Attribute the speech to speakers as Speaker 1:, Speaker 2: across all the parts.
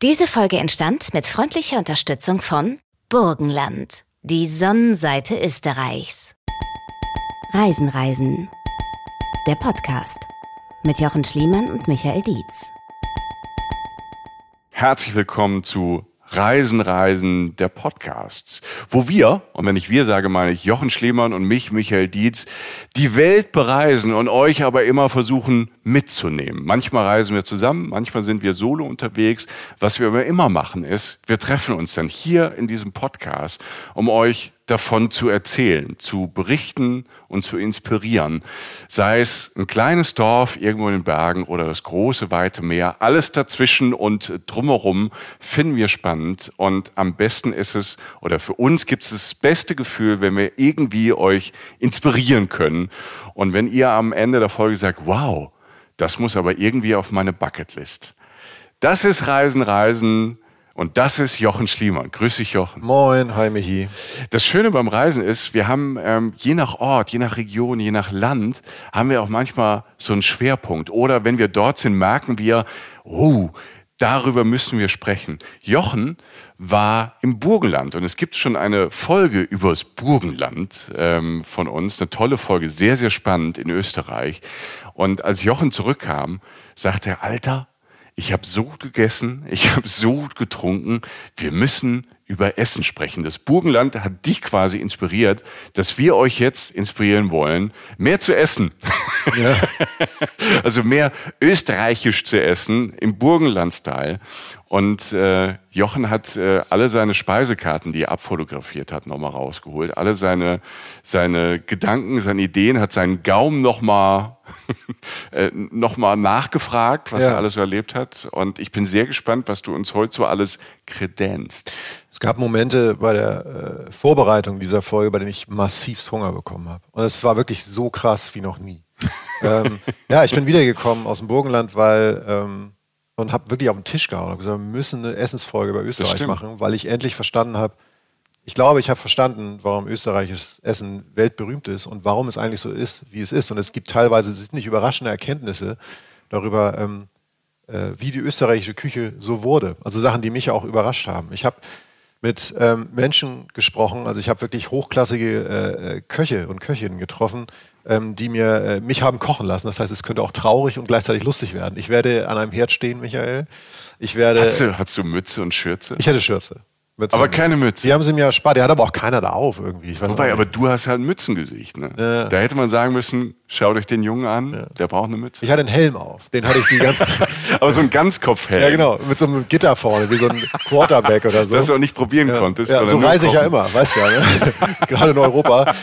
Speaker 1: Diese Folge entstand mit freundlicher Unterstützung von Burgenland, die Sonnenseite Österreichs. Reisen, der Podcast mit Jochen Schliemann und Michael Dietz.
Speaker 2: Herzlich willkommen zu Reisen, der Podcasts, wo wir, und wenn ich wir sage, meine ich Jochen Schliemann und mich, Michael Dietz, die Welt bereisen und euch aber immer versuchen mitzunehmen. Manchmal reisen wir zusammen, manchmal sind wir solo unterwegs. Was wir aber immer machen ist, wir treffen uns dann hier in diesem Podcast, um euch davon zu erzählen, zu berichten und zu inspirieren. Sei es ein kleines Dorf irgendwo in den Bergen oder das große, weite Meer. Alles dazwischen und drumherum finden wir spannend. Und am besten ist es, oder für uns gibt es das beste Gefühl, wenn wir irgendwie euch inspirieren können. Und wenn ihr am Ende der Folge sagt, wow, das muss aber irgendwie auf meine Bucketlist. Das ist Reisen. Und das ist Jochen Schliemann. Grüß dich, Jochen.
Speaker 3: Moin, hi Michi.
Speaker 2: Das Schöne beim Reisen ist, wir haben je nach Ort, je nach Region, je nach Land, haben wir auch manchmal so einen Schwerpunkt. Oder wenn wir dort sind, merken wir, darüber müssen wir sprechen. Jochen war im Burgenland und es gibt schon eine Folge über das Burgenland von uns. Eine tolle Folge, sehr, sehr spannend in Österreich. Und als Jochen zurückkam, sagte er, Alter, ich habe so gut gegessen, ich habe so gut getrunken, wir müssen über Essen sprechen. Das Burgenland hat dich quasi inspiriert, dass wir euch jetzt inspirieren wollen, mehr zu essen. Ja. Also mehr österreichisch zu essen, im Burgenland-Style. Und Jochen hat alle seine Speisekarten, die er abfotografiert hat, nochmal rausgeholt. Alle seine Gedanken, seine Ideen, hat seinen Gaumen nochmal nachgefragt, was er alles so erlebt hat. Und ich bin sehr gespannt, was du uns heute so alles kredenzt.
Speaker 3: Es gab Momente bei der Vorbereitung dieser Folge, bei denen ich massivst Hunger bekommen habe. Und es war wirklich so krass wie noch nie. Ich bin wiedergekommen aus dem Burgenland, und habe wirklich auf den Tisch gehauen und gesagt, wir müssen eine Essensfolge über Österreich machen, weil ich endlich verstanden habe, ich glaube, ich habe verstanden, warum österreichisches Essen weltberühmt ist und warum es eigentlich so ist, wie es ist. Und es gibt teilweise ziemlich überraschende Erkenntnisse darüber, wie die österreichische Küche so wurde. Also Sachen, die mich auch überrascht haben. Ich habe mit Menschen gesprochen, also ich habe wirklich hochklassige Köche und Köchinnen getroffen, die mich haben kochen lassen. Das heißt, es könnte auch traurig und gleichzeitig lustig werden. Ich werde an einem Herd stehen, Michael.
Speaker 2: Hast du Mütze und Schürze?
Speaker 3: Ich hatte Schürze.
Speaker 2: Aber keine Mütze.
Speaker 3: Die haben sie mir erspart. Die hat aber auch keiner da auf irgendwie.
Speaker 2: Wobei, aber du hast halt ein Mützengesicht. Ne? Ja. Da hätte man sagen müssen, schaut euch den Jungen an, der braucht eine Mütze.
Speaker 3: Ich hatte einen Helm auf. Den hatte ich die ganze
Speaker 2: Aber so ein Ganzkopfhelm.
Speaker 3: Ja, genau. Mit so einem Gitter vorne, wie so ein Quarterback oder so.
Speaker 2: Das du auch nicht probieren konntest.
Speaker 3: Ja, so reise ich ja immer, weißt du ja. Ne? Gerade in Europa.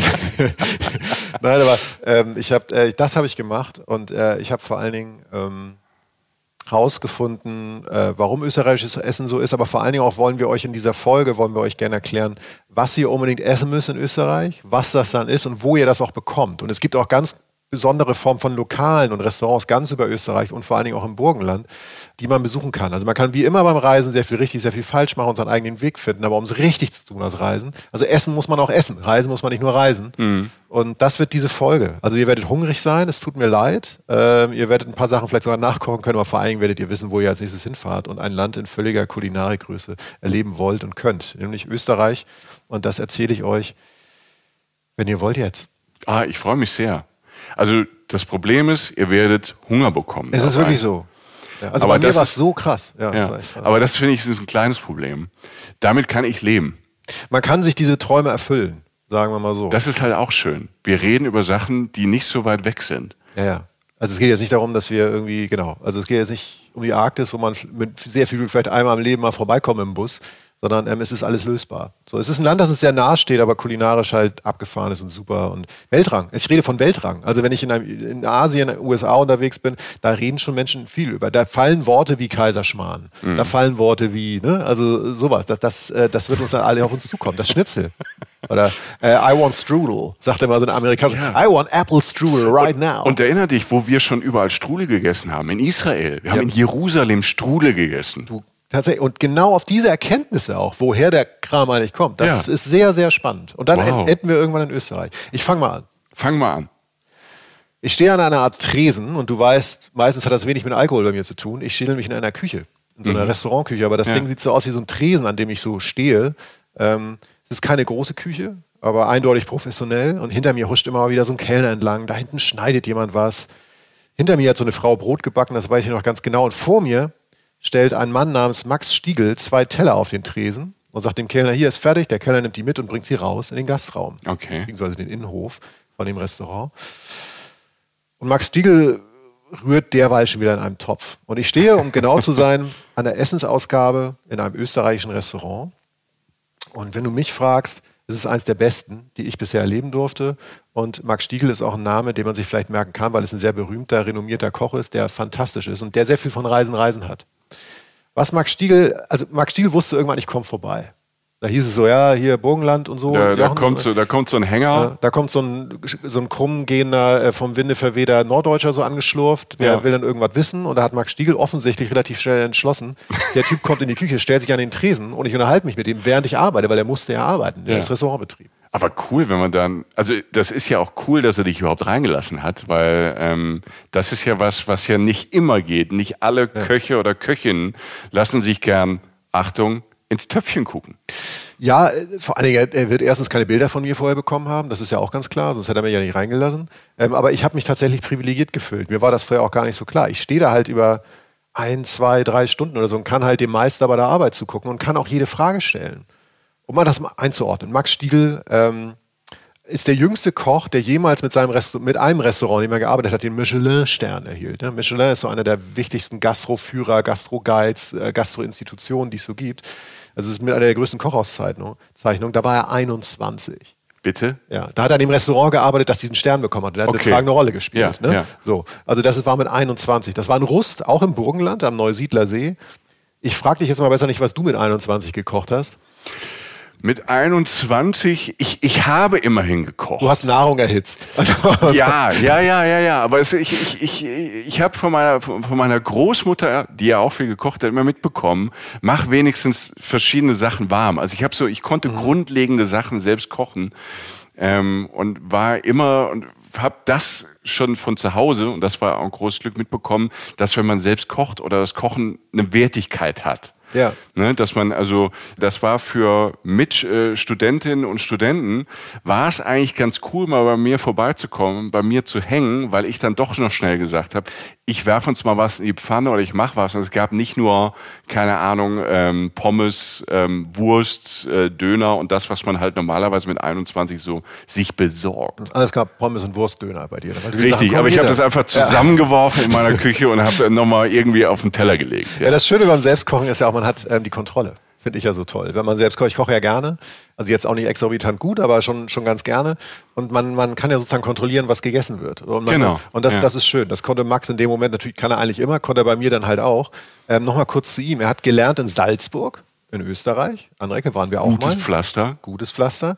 Speaker 3: Nein, aber das habe ich gemacht. Und ich habe vor allen Dingen rausgefunden, warum österreichisches Essen so ist, aber vor allen Dingen auch wollen wir euch gerne erklären, was ihr unbedingt essen müsst in Österreich, was das dann ist und wo ihr das auch bekommt. Und es gibt auch ganz besondere Formen von Lokalen und Restaurants ganz über Österreich und vor allen Dingen auch im Burgenland, die man besuchen kann. Also man kann wie immer beim Reisen sehr viel richtig, sehr viel falsch machen und seinen eigenen Weg finden, aber um es richtig zu tun als Reisen, also essen muss man auch essen, reisen muss man nicht nur reisen. Mhm. Und das wird diese Folge. Also ihr werdet hungrig sein, es tut mir leid, ihr werdet ein paar Sachen vielleicht sogar nachkochen können, aber vor allen Dingen werdet ihr wissen, wo ihr als nächstes hinfahrt und ein Land in völliger Kulinarikgröße erleben wollt und könnt, nämlich Österreich. Und das erzähle ich euch, wenn ihr wollt jetzt.
Speaker 2: Ich freue mich sehr. Also das Problem ist, ihr werdet Hunger bekommen.
Speaker 3: Es ist wirklich so. Ja, also aber bei mir war es so krass. Ja.
Speaker 2: Aber das finde ich ist ein kleines Problem. Damit kann ich leben.
Speaker 3: Man kann sich diese Träume erfüllen, sagen wir mal so.
Speaker 2: Das ist halt auch schön. Wir reden über Sachen, die nicht so weit weg sind.
Speaker 3: Ja. Also es geht jetzt nicht darum, dass wir irgendwie, also es geht jetzt nicht um die Arktis, wo man mit sehr viel Glück vielleicht einmal im Leben mal vorbeikommt im Bus, sondern es ist alles lösbar. So, es ist ein Land, das uns sehr nahe steht, aber kulinarisch halt abgefahren ist und super. Und Weltrang. Ich rede von Weltrang. Also wenn ich in Asien, in den USA unterwegs bin, da reden schon Menschen viel über. Da fallen Worte wie Kaiserschmarrn. Mhm. Da fallen Worte wie, also sowas. Das wird uns dann alle auf uns zukommen. Das Schnitzel. Oder I want Strudel, sagt immer so ein Amerikaner. I want apple Strudel right now.
Speaker 2: Und erinnere dich, wo wir schon überall Strudel gegessen haben. In Israel. Wir haben in Jerusalem Strudel gegessen.
Speaker 3: Tatsächlich. Und genau auf diese Erkenntnisse auch, woher der Kram eigentlich kommt, das ist sehr, sehr spannend. Und dann enden wir irgendwann in Österreich. Ich fange mal an.
Speaker 2: Fang mal an.
Speaker 3: Ich stehe an einer Art Tresen und du weißt, meistens hat das wenig mit Alkohol bei mir zu tun. Ich stehe nämlich in einer Küche. in so einer Restaurantküche, aber das Ding sieht so aus wie so ein Tresen, an dem ich so stehe. Es ist keine große Küche, aber eindeutig professionell und hinter mir huscht immer mal wieder so ein Kellner entlang, da hinten schneidet jemand was. Hinter mir hat so eine Frau Brot gebacken, das weiß ich noch ganz genau. Und vor mir stellt ein Mann namens Max Stiegl 2 Teller auf den Tresen und sagt dem Kellner, hier ist fertig. Der Kellner nimmt die mit und bringt sie raus in den Gastraum.
Speaker 2: Okay.
Speaker 3: Beziehungsweise den Innenhof von dem Restaurant. Und Max Stiegl rührt derweil schon wieder in einem Topf. Und ich stehe, um genau zu sein, an der Essensausgabe in einem österreichischen Restaurant. Und wenn du mich fragst, es ist eines der besten, die ich bisher erleben durfte. Und Max Stiegl ist auch ein Name, den man sich vielleicht merken kann, weil es ein sehr berühmter, renommierter Koch ist, der fantastisch ist und der sehr viel von Reisen hat. Was Max Stiegl wusste irgendwann, ich komme vorbei. Da hieß es so, ja, hier Burgenland und so.
Speaker 2: Da kommt so ein Hänger.
Speaker 3: Da kommt so ein krumm gehender, vom Winde verwehter Norddeutscher so angeschlurft. Der will dann irgendwas wissen. Und da hat Max Stiegl offensichtlich relativ schnell entschlossen, der Typ kommt in die Küche, stellt sich an den Tresen und ich unterhalte mich mit ihm, während ich arbeite, weil er musste ja arbeiten. Der ist Restaurantbetrieb.
Speaker 2: Aber cool, wenn man dann, also das ist ja auch cool, dass er dich überhaupt reingelassen hat, weil das ist ja was ja nicht immer geht. Nicht alle Köche oder Köchinnen lassen sich gern, Achtung, ins Töpfchen gucken.
Speaker 3: Ja, vor allen Dingen, er wird erstens keine Bilder von mir vorher bekommen haben, das ist ja auch ganz klar, sonst hätte er mich ja nicht reingelassen. Aber ich habe mich tatsächlich privilegiert gefühlt. Mir war das vorher auch gar nicht so klar. Ich stehe da halt über 1, 2, 3 Stunden oder so und kann halt dem Meister bei der Arbeit zugucken und kann auch jede Frage stellen. Um mal das mal einzuordnen. Max Stiegl ist der jüngste Koch, der jemals mit einem Restaurant, in dem er gearbeitet hat, den Michelin-Stern erhielt. Michelin ist so einer der wichtigsten Gastroführer, Gastro-Guides, Gastro-Institutionen, die es so gibt. Also es ist mit einer der größten Kochauszeichnungen. Da war er 21.
Speaker 2: Bitte?
Speaker 3: Ja, da hat er in dem Restaurant gearbeitet, das diesen Stern bekommen hat. Der hat eine tragende Rolle gespielt.
Speaker 2: Ja, ja.
Speaker 3: So, also das war mit 21. Das war ein Rust, auch im Burgenland, am Neusiedler See. Ich frage dich jetzt mal besser nicht, was du mit 21 gekocht hast.
Speaker 2: Mit 21, ich habe immerhin gekocht.
Speaker 3: Du hast Nahrung erhitzt.
Speaker 2: Ja. Aber ich habe von meiner Großmutter, die ja auch viel gekocht hat, immer mitbekommen, mach wenigstens verschiedene Sachen warm. Also ich konnte grundlegende Sachen selbst kochen und war immer und habe das schon von zu Hause, und das war auch ein großes Glück, mitbekommen, dass wenn man selbst kocht oder das Kochen eine Wertigkeit hat.
Speaker 3: Ja.
Speaker 2: Ne, dass man das war für Mitstudentinnen und Studenten, war es eigentlich ganz cool, mal bei mir vorbeizukommen, bei mir zu hängen, weil ich dann doch noch schnell gesagt habe, ich werfe uns mal was in die Pfanne oder ich mache was. Und es gab nicht nur, keine Ahnung, Pommes, Wurst, Döner und das, was man halt normalerweise mit 21 so sich besorgt.
Speaker 3: Alles gab Pommes und Wurstdöner bei dir.
Speaker 2: Richtig, aber ich habe das einfach zusammengeworfen in meiner Küche und habe dann nochmal irgendwie auf den Teller gelegt.
Speaker 3: Ja, das Schöne beim Selbstkochen ist ja auch, man hat die Kontrolle. Finde ich ja so toll. Wenn man selbst kocht, ich koche ja gerne. Also jetzt auch nicht exorbitant gut, aber schon ganz gerne. Und man kann ja sozusagen kontrollieren, was gegessen wird. Und das ist schön. Das konnte Max in dem Moment natürlich, kann er eigentlich immer, konnte er bei mir dann halt auch. Nochmal kurz zu ihm. Er hat gelernt in Salzburg, in Österreich. An Recke waren wir auch mal. Gutes Pflaster.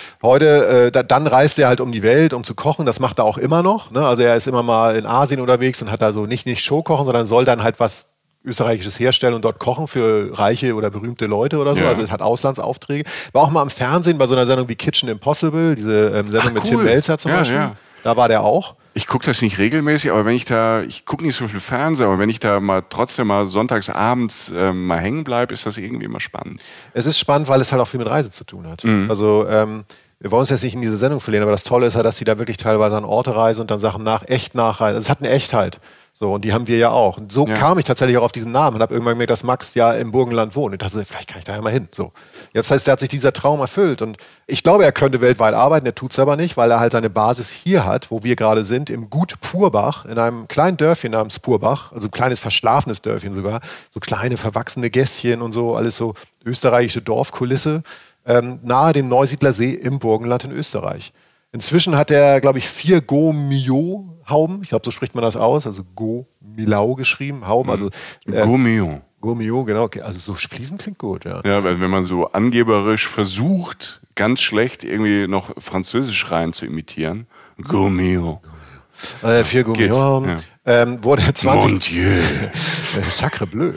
Speaker 3: Heute, dann reist er halt um die Welt, um zu kochen. Das macht er auch immer noch. Ne? Also er ist immer mal in Asien unterwegs und hat da so nicht Showkochen, sondern soll dann halt was Österreichisches herstellen und dort kochen für reiche oder berühmte Leute oder so. Ja. Also es hat Auslandsaufträge. War auch mal im Fernsehen bei so einer Sendung wie Kitchen Impossible, diese Sendung mit Tim Melzer zum Beispiel. Ja. Da war der auch.
Speaker 2: Ich gucke das nicht regelmäßig, aber ich gucke nicht so viel Fernsehen, aber wenn ich da mal trotzdem mal sonntags abends mal hängen bleibe, ist das irgendwie immer spannend.
Speaker 3: Es ist spannend, weil es halt auch viel mit Reise zu tun hat. Mhm. Also wir wollen uns jetzt nicht in diese Sendung verlieren, aber das Tolle ist halt, dass sie da wirklich teilweise an Orte reisen und dann Sachen echt nachreisen. Also es hat eine Echtheit. So, und die haben wir ja auch. Und so kam ich tatsächlich auch auf diesen Namen und habe irgendwann gemerkt, dass Max ja im Burgenland wohnt. Und dachte, vielleicht kann ich da ja mal hin. So. Jetzt heißt, der hat sich dieser Traum erfüllt. Und ich glaube, er könnte weltweit arbeiten, er tut es aber nicht, weil er halt seine Basis hier hat, wo wir gerade sind, im Gut Purbach, in einem kleinen Dörfchen namens Purbach, also ein kleines verschlafenes Dörfchen sogar, so kleine verwachsene Gässchen und so, alles so österreichische Dorfkulisse, nahe dem Neusiedler See im Burgenland in Österreich. Inzwischen hat er, glaube ich, 4 Go-Mio-Hauben. Ich glaube, so spricht man das aus. Also Go-Milau geschrieben, Hauben. Also,
Speaker 2: Go-Mio.
Speaker 3: Go-Mio, genau. Okay. Also so fließend klingt gut, ja.
Speaker 2: Ja, weil wenn man so angeberisch versucht, ganz schlecht irgendwie noch Französisch rein zu imitieren. Go-Mio.
Speaker 3: 4 Go-Mio-Hauben. Wurde 20...
Speaker 2: Mon Dieu.
Speaker 3: Sacre bleu.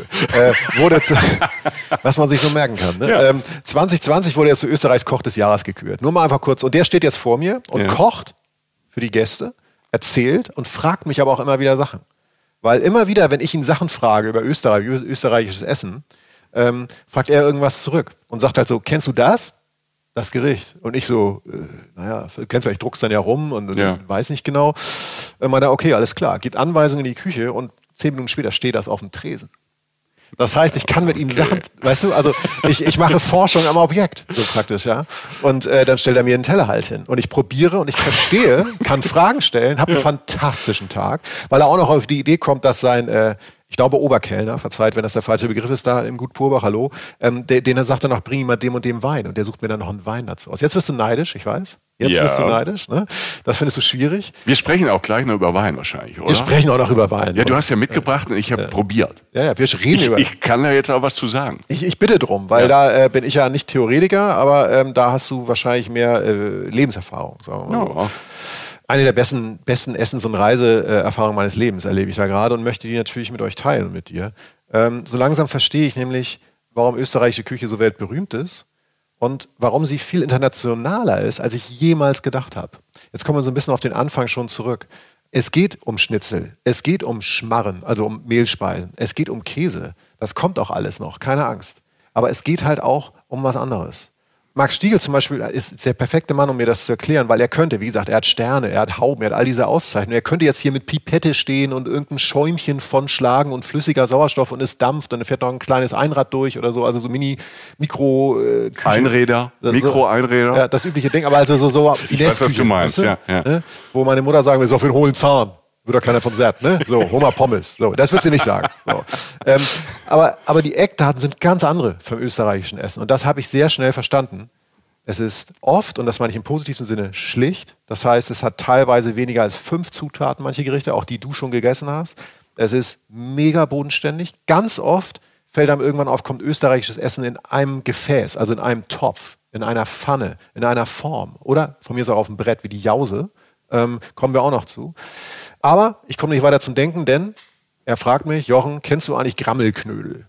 Speaker 3: Was man sich so merken kann. Ne?
Speaker 2: Ja.
Speaker 3: 2020 wurde er zu Österreichs Koch des Jahres gekürt. Nur mal einfach kurz. Und der steht jetzt vor mir und kocht für die Gäste, erzählt und fragt mich aber auch immer wieder Sachen. Weil immer wieder, wenn ich ihn Sachen frage über österreichisches Essen, fragt er irgendwas zurück und sagt halt so, kennst du das? Das Gericht. Und ich so, kennst du, ich druck's dann ja rum und weiß nicht genau. Meinte, okay, alles klar. Gibt Anweisungen in die Küche und 10 Minuten später steht das auf dem Tresen. Das heißt, ich kann mit ihm Sachen, weißt du, also ich mache Forschung am Objekt, so praktisch, ja. Und dann stellt er mir einen Teller halt hin. Und ich probiere und ich verstehe, kann Fragen stellen, habe einen fantastischen Tag, weil er auch noch auf die Idee kommt, dass sein, ich glaube Oberkellner, verzeiht, wenn das der falsche Begriff ist, da im Gut Purbach, hallo, den er sagt dann noch, bring ihm mal dem und dem Wein. Und der sucht mir dann noch einen Wein dazu aus. Jetzt wirst du neidisch, ich weiß. Jetzt wirst du neidisch, ne? Das findest du schwierig.
Speaker 2: Wir sprechen auch gleich noch über Wein wahrscheinlich, oder?
Speaker 3: Wir sprechen auch noch über Wein.
Speaker 2: Ja, du hast ja mitgebracht und ich habe probiert.
Speaker 3: Ja, wir reden über.
Speaker 2: Ich kann da jetzt auch was zu sagen.
Speaker 3: Ich bitte drum, weil da bin ich ja nicht Theoretiker, aber da hast du wahrscheinlich mehr Lebenserfahrung, sagen wir mal so. Eine der besten Essens- und Reiseerfahrungen meines Lebens erlebe ich da gerade und möchte die natürlich mit euch teilen und mit dir. So langsam verstehe ich nämlich, warum österreichische Küche so weltberühmt ist und warum sie viel internationaler ist, als ich jemals gedacht habe. Jetzt kommen wir so ein bisschen auf den Anfang schon zurück. Es geht um Schnitzel, es geht um Schmarren, also um Mehlspeisen, es geht um Käse. Das kommt auch alles noch, keine Angst. Aber es geht halt auch um was anderes. Max Stiegl zum Beispiel ist der perfekte Mann, um mir das zu erklären, weil er könnte, wie gesagt, er hat Sterne, er hat Hauben, er hat all diese Auszeichnungen. Er könnte jetzt hier mit Pipette stehen und irgendein Schäumchen von schlagen und flüssiger Sauerstoff und es dampft und dann fährt noch ein kleines Einrad durch oder so, also so Mikro
Speaker 2: Einräder, Mikro-Einräder.
Speaker 3: Ja, das übliche Ding, aber also so
Speaker 2: ich weiß, was du meinst, weißt du? Ja.
Speaker 3: Ne? Wo meine Mutter sagen will, so für den hohlen Zahn. Wird doch keiner von satt, ne? So, Homer Pommes. So, das wird sie nicht sagen. So. Aber die Eckdaten sind ganz andere vom österreichischen Essen. Und das habe ich sehr schnell verstanden. Es ist oft, und das meine ich im positivsten Sinne, schlicht. Das heißt, es hat teilweise weniger als 5 Zutaten, manche Gerichte, auch die du schon gegessen hast. Es ist mega bodenständig. Ganz oft fällt einem irgendwann auf, kommt österreichisches Essen in einem Gefäß, also in einem Topf, in einer Pfanne, in einer Form. Oder von mir ist auch auf dem Brett wie die Jause. Kommen wir auch noch zu. Aber ich komme nicht weiter zum Denken, denn er fragt mich, Jochen, kennst du eigentlich Grammelknödel?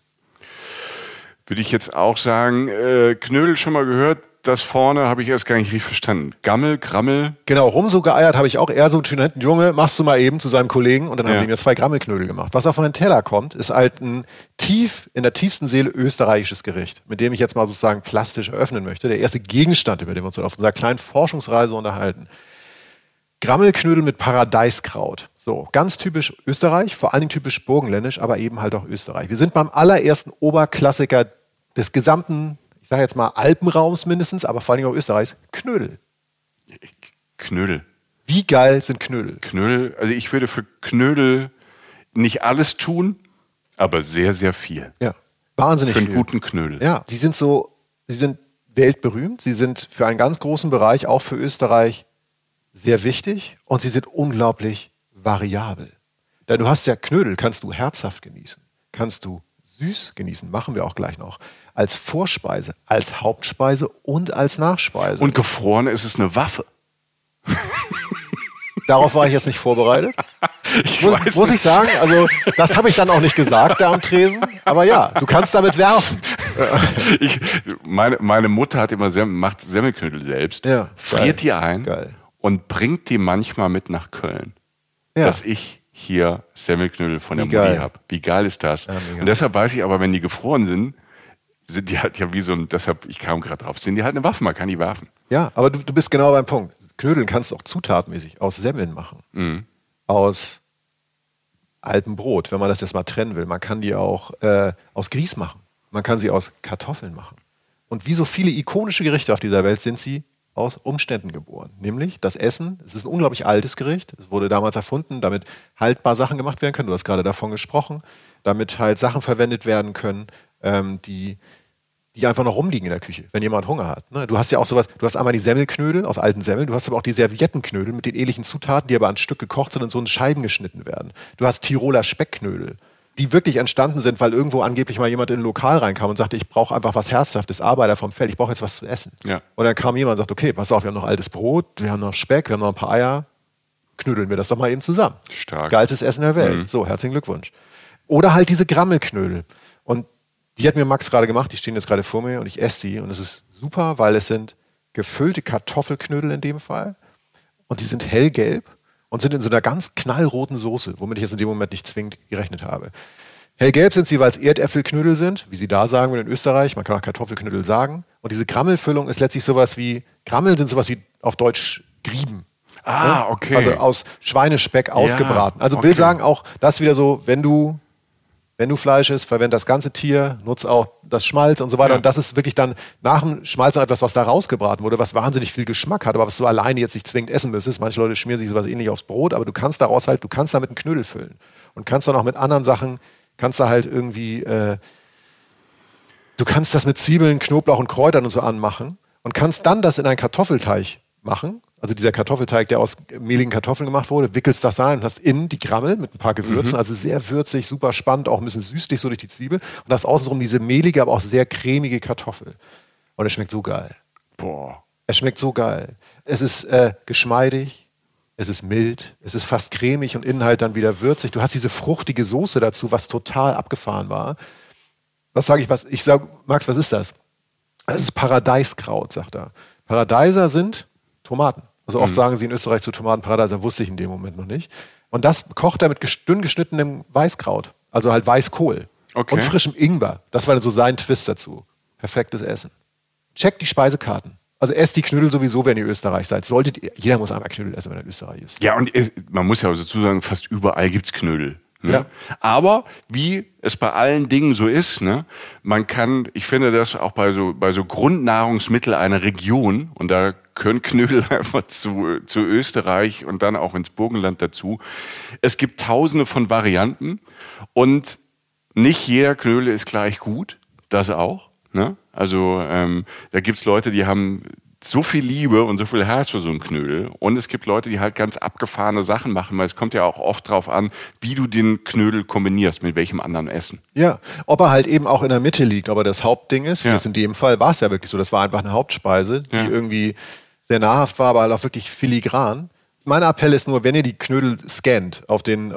Speaker 2: Würde ich jetzt auch sagen, Knödel schon mal gehört, das vorne habe ich erst gar nicht richtig verstanden. Gammel, Grammel.
Speaker 3: Genau, rumso-geeiert habe ich auch eher so einen Studentenjunge, machst du mal eben zu seinem Kollegen und dann haben die mir 2 Grammelknödel gemacht. Was auf meinen Teller kommt, ist halt ein in der tiefsten Seele österreichisches Gericht, mit dem ich jetzt mal sozusagen plastisch eröffnen möchte. Der erste Gegenstand, über den wir uns auf unserer kleinen Forschungsreise unterhalten. Grammelknödel mit Paradeiskraut. So, ganz typisch Österreich, vor allen Dingen typisch burgenländisch, aber eben halt auch Österreich. Wir sind beim allerersten Oberklassiker des gesamten, ich sage jetzt mal Alpenraums mindestens, aber vor allen Dingen auch Österreichs, Knödel.
Speaker 2: Knödel.
Speaker 3: Wie geil sind Knödel?
Speaker 2: Knödel, also ich würde für Knödel nicht alles tun, aber sehr, sehr viel.
Speaker 3: Ja, wahnsinnig viel.
Speaker 2: Für einen guten Knödel.
Speaker 3: Ja, sie sind weltberühmt, sie sind für einen ganz großen Bereich, auch für Österreich, sehr wichtig und sie sind unglaublich variabel. Denn du hast ja Knödel, kannst du herzhaft genießen, kannst du süß genießen, machen wir auch gleich noch, als Vorspeise, als Hauptspeise und als Nachspeise.
Speaker 2: Und gefroren ist es eine Waffe.
Speaker 3: Darauf war ich jetzt nicht vorbereitet. Muss ich sagen, also das habe ich dann auch nicht gesagt da am Tresen, aber ja, du kannst damit werfen.
Speaker 2: Meine Mutter hat immer macht Semmelknödel selbst, friert die ein und bringt die manchmal mit nach Köln, dass ich hier Semmelknödel von der Mutti habe. Wie geil ist das? Ja, und deshalb weiß ich aber, wenn die gefroren sind die halt ja wie so ein, deshalb, ich kam gerade drauf, sind die halt eine Waffe, man kann die werfen.
Speaker 3: Ja, aber du bist genau beim Punkt. Knödeln kannst du auch zutatenmäßig aus Semmeln machen. Mhm. Aus altem Brot, wenn man das jetzt mal trennen will. Man kann die auch aus Grieß machen. Man kann sie aus Kartoffeln machen. Und wie so viele ikonische Gerichte auf dieser Welt sind sie aus Umständen geboren. Nämlich das Essen, es ist ein unglaublich altes Gericht. Es wurde damals erfunden, damit haltbar Sachen gemacht werden können. Du hast gerade davon gesprochen. Damit halt Sachen verwendet werden können, die einfach noch rumliegen in der Küche, wenn jemand Hunger hat. Ne? Du hast ja auch sowas, du hast einmal die Semmelknödel aus alten Semmeln, du hast aber auch die Serviettenknödel mit den ähnlichen Zutaten, die aber an Stück gekocht sind und so in Scheiben geschnitten werden. Du hast Tiroler Speckknödel, die wirklich entstanden sind, weil irgendwo angeblich mal jemand in ein Lokal reinkam und sagte, ich brauche einfach was Herzhaftes, Arbeiter vom Feld, ich brauche jetzt was zu essen. Ja. Und dann kam jemand und sagt, okay, pass auf, wir haben noch altes Brot, wir haben noch Speck, wir haben noch ein paar Eier, knödeln wir das doch mal eben zusammen.
Speaker 2: Stark.
Speaker 3: Geilstes Essen der Welt. So, herzlichen Glückwunsch. Oder halt diese Grammelknödel. Und die hat mir Max gerade gemacht, die stehen jetzt gerade vor mir und ich esse die und es ist super, weil es sind gefüllte Kartoffelknödel in dem Fall und die sind hellgelb und sind in so einer ganz knallroten Soße, womit ich jetzt in dem Moment nicht zwingend gerechnet habe. Hellgelb sind sie, weil es Erdäpfelknödel sind, wie sie da sagen in Österreich. Man kann auch Kartoffelknödel sagen. Und diese Grammelfüllung ist letztlich sowas wie, Grammeln sind sowas wie auf Deutsch Grieben.
Speaker 2: Ah, okay.
Speaker 3: Also aus Schweinespeck ausgebraten. Also will sagen auch, das wieder so, wenn du Fleisch isst, verwende das ganze Tier, nutze auch das Schmalz und so weiter. Ja. Und das ist wirklich dann nach dem Schmalz noch etwas, was da rausgebraten wurde, was wahnsinnig viel Geschmack hat, aber was du alleine jetzt nicht zwingend essen müsstest. Manche Leute schmieren sich sowas ähnlich aufs Brot, aber du kannst damit einen Knödel füllen. Und kannst dann auch mit anderen Sachen, kannst da halt irgendwie, du kannst das mit Zwiebeln, Knoblauch und Kräutern und so anmachen und kannst dann das in einen Kartoffelteig machen. Also dieser Kartoffelteig, der aus mehligen Kartoffeln gemacht wurde, wickelst das rein und hast innen die Grammel mit ein paar Gewürzen, also sehr würzig, super spannend, auch ein bisschen süßlich so durch die Zwiebel und hast außenrum diese mehlige, aber auch sehr cremige Kartoffel. Und es schmeckt so geil.
Speaker 2: Boah.
Speaker 3: Es schmeckt so geil. Es ist geschmeidig, es ist mild, es ist fast cremig und innen halt dann wieder würzig. Du hast diese fruchtige Soße dazu, was total abgefahren war. Was sage ich, Max, was ist das? Das ist Paradeiskraut, sagt er. Paradeiser sind Tomaten. Also oft sagen sie in Österreich zu Tomaten Paradeiser, wusste ich in dem Moment noch nicht. Und das kocht er mit dünn geschnittenem Weißkraut, also halt Weißkohl und frischem Ingwer. Das war so sein Twist dazu. Perfektes Essen. Checkt die Speisekarten. Also esst die Knödel sowieso, wenn ihr Österreich seid. Jeder muss einmal Knödel essen, wenn er in Österreich ist.
Speaker 2: Ja, und man muss ja auch dazu sagen, fast überall gibt's Knödel. Ne?
Speaker 3: Ja.
Speaker 2: Aber wie es bei allen Dingen so ist, ne, ich finde das auch bei so Grundnahrungsmitteln einer Region, und da können Knödel einfach zu Österreich und dann auch ins Burgenland dazu. Es gibt tausende von Varianten und nicht jeder Knödel ist gleich gut, das auch. Ne? Also da gibt's Leute, die haben so viel Liebe und so viel Herz für so einen Knödel. Und es gibt Leute, die halt ganz abgefahrene Sachen machen, weil es kommt ja auch oft drauf an, wie du den Knödel kombinierst, mit welchem anderen Essen.
Speaker 3: Ja, ob er halt eben auch in der Mitte liegt, aber das Hauptding ist, wie es in dem Fall war es ja wirklich so, das war einfach eine Hauptspeise, die irgendwie sehr nahrhaft war, aber halt auch wirklich filigran. Mein Appell ist nur, wenn ihr die Knödel scannt auf den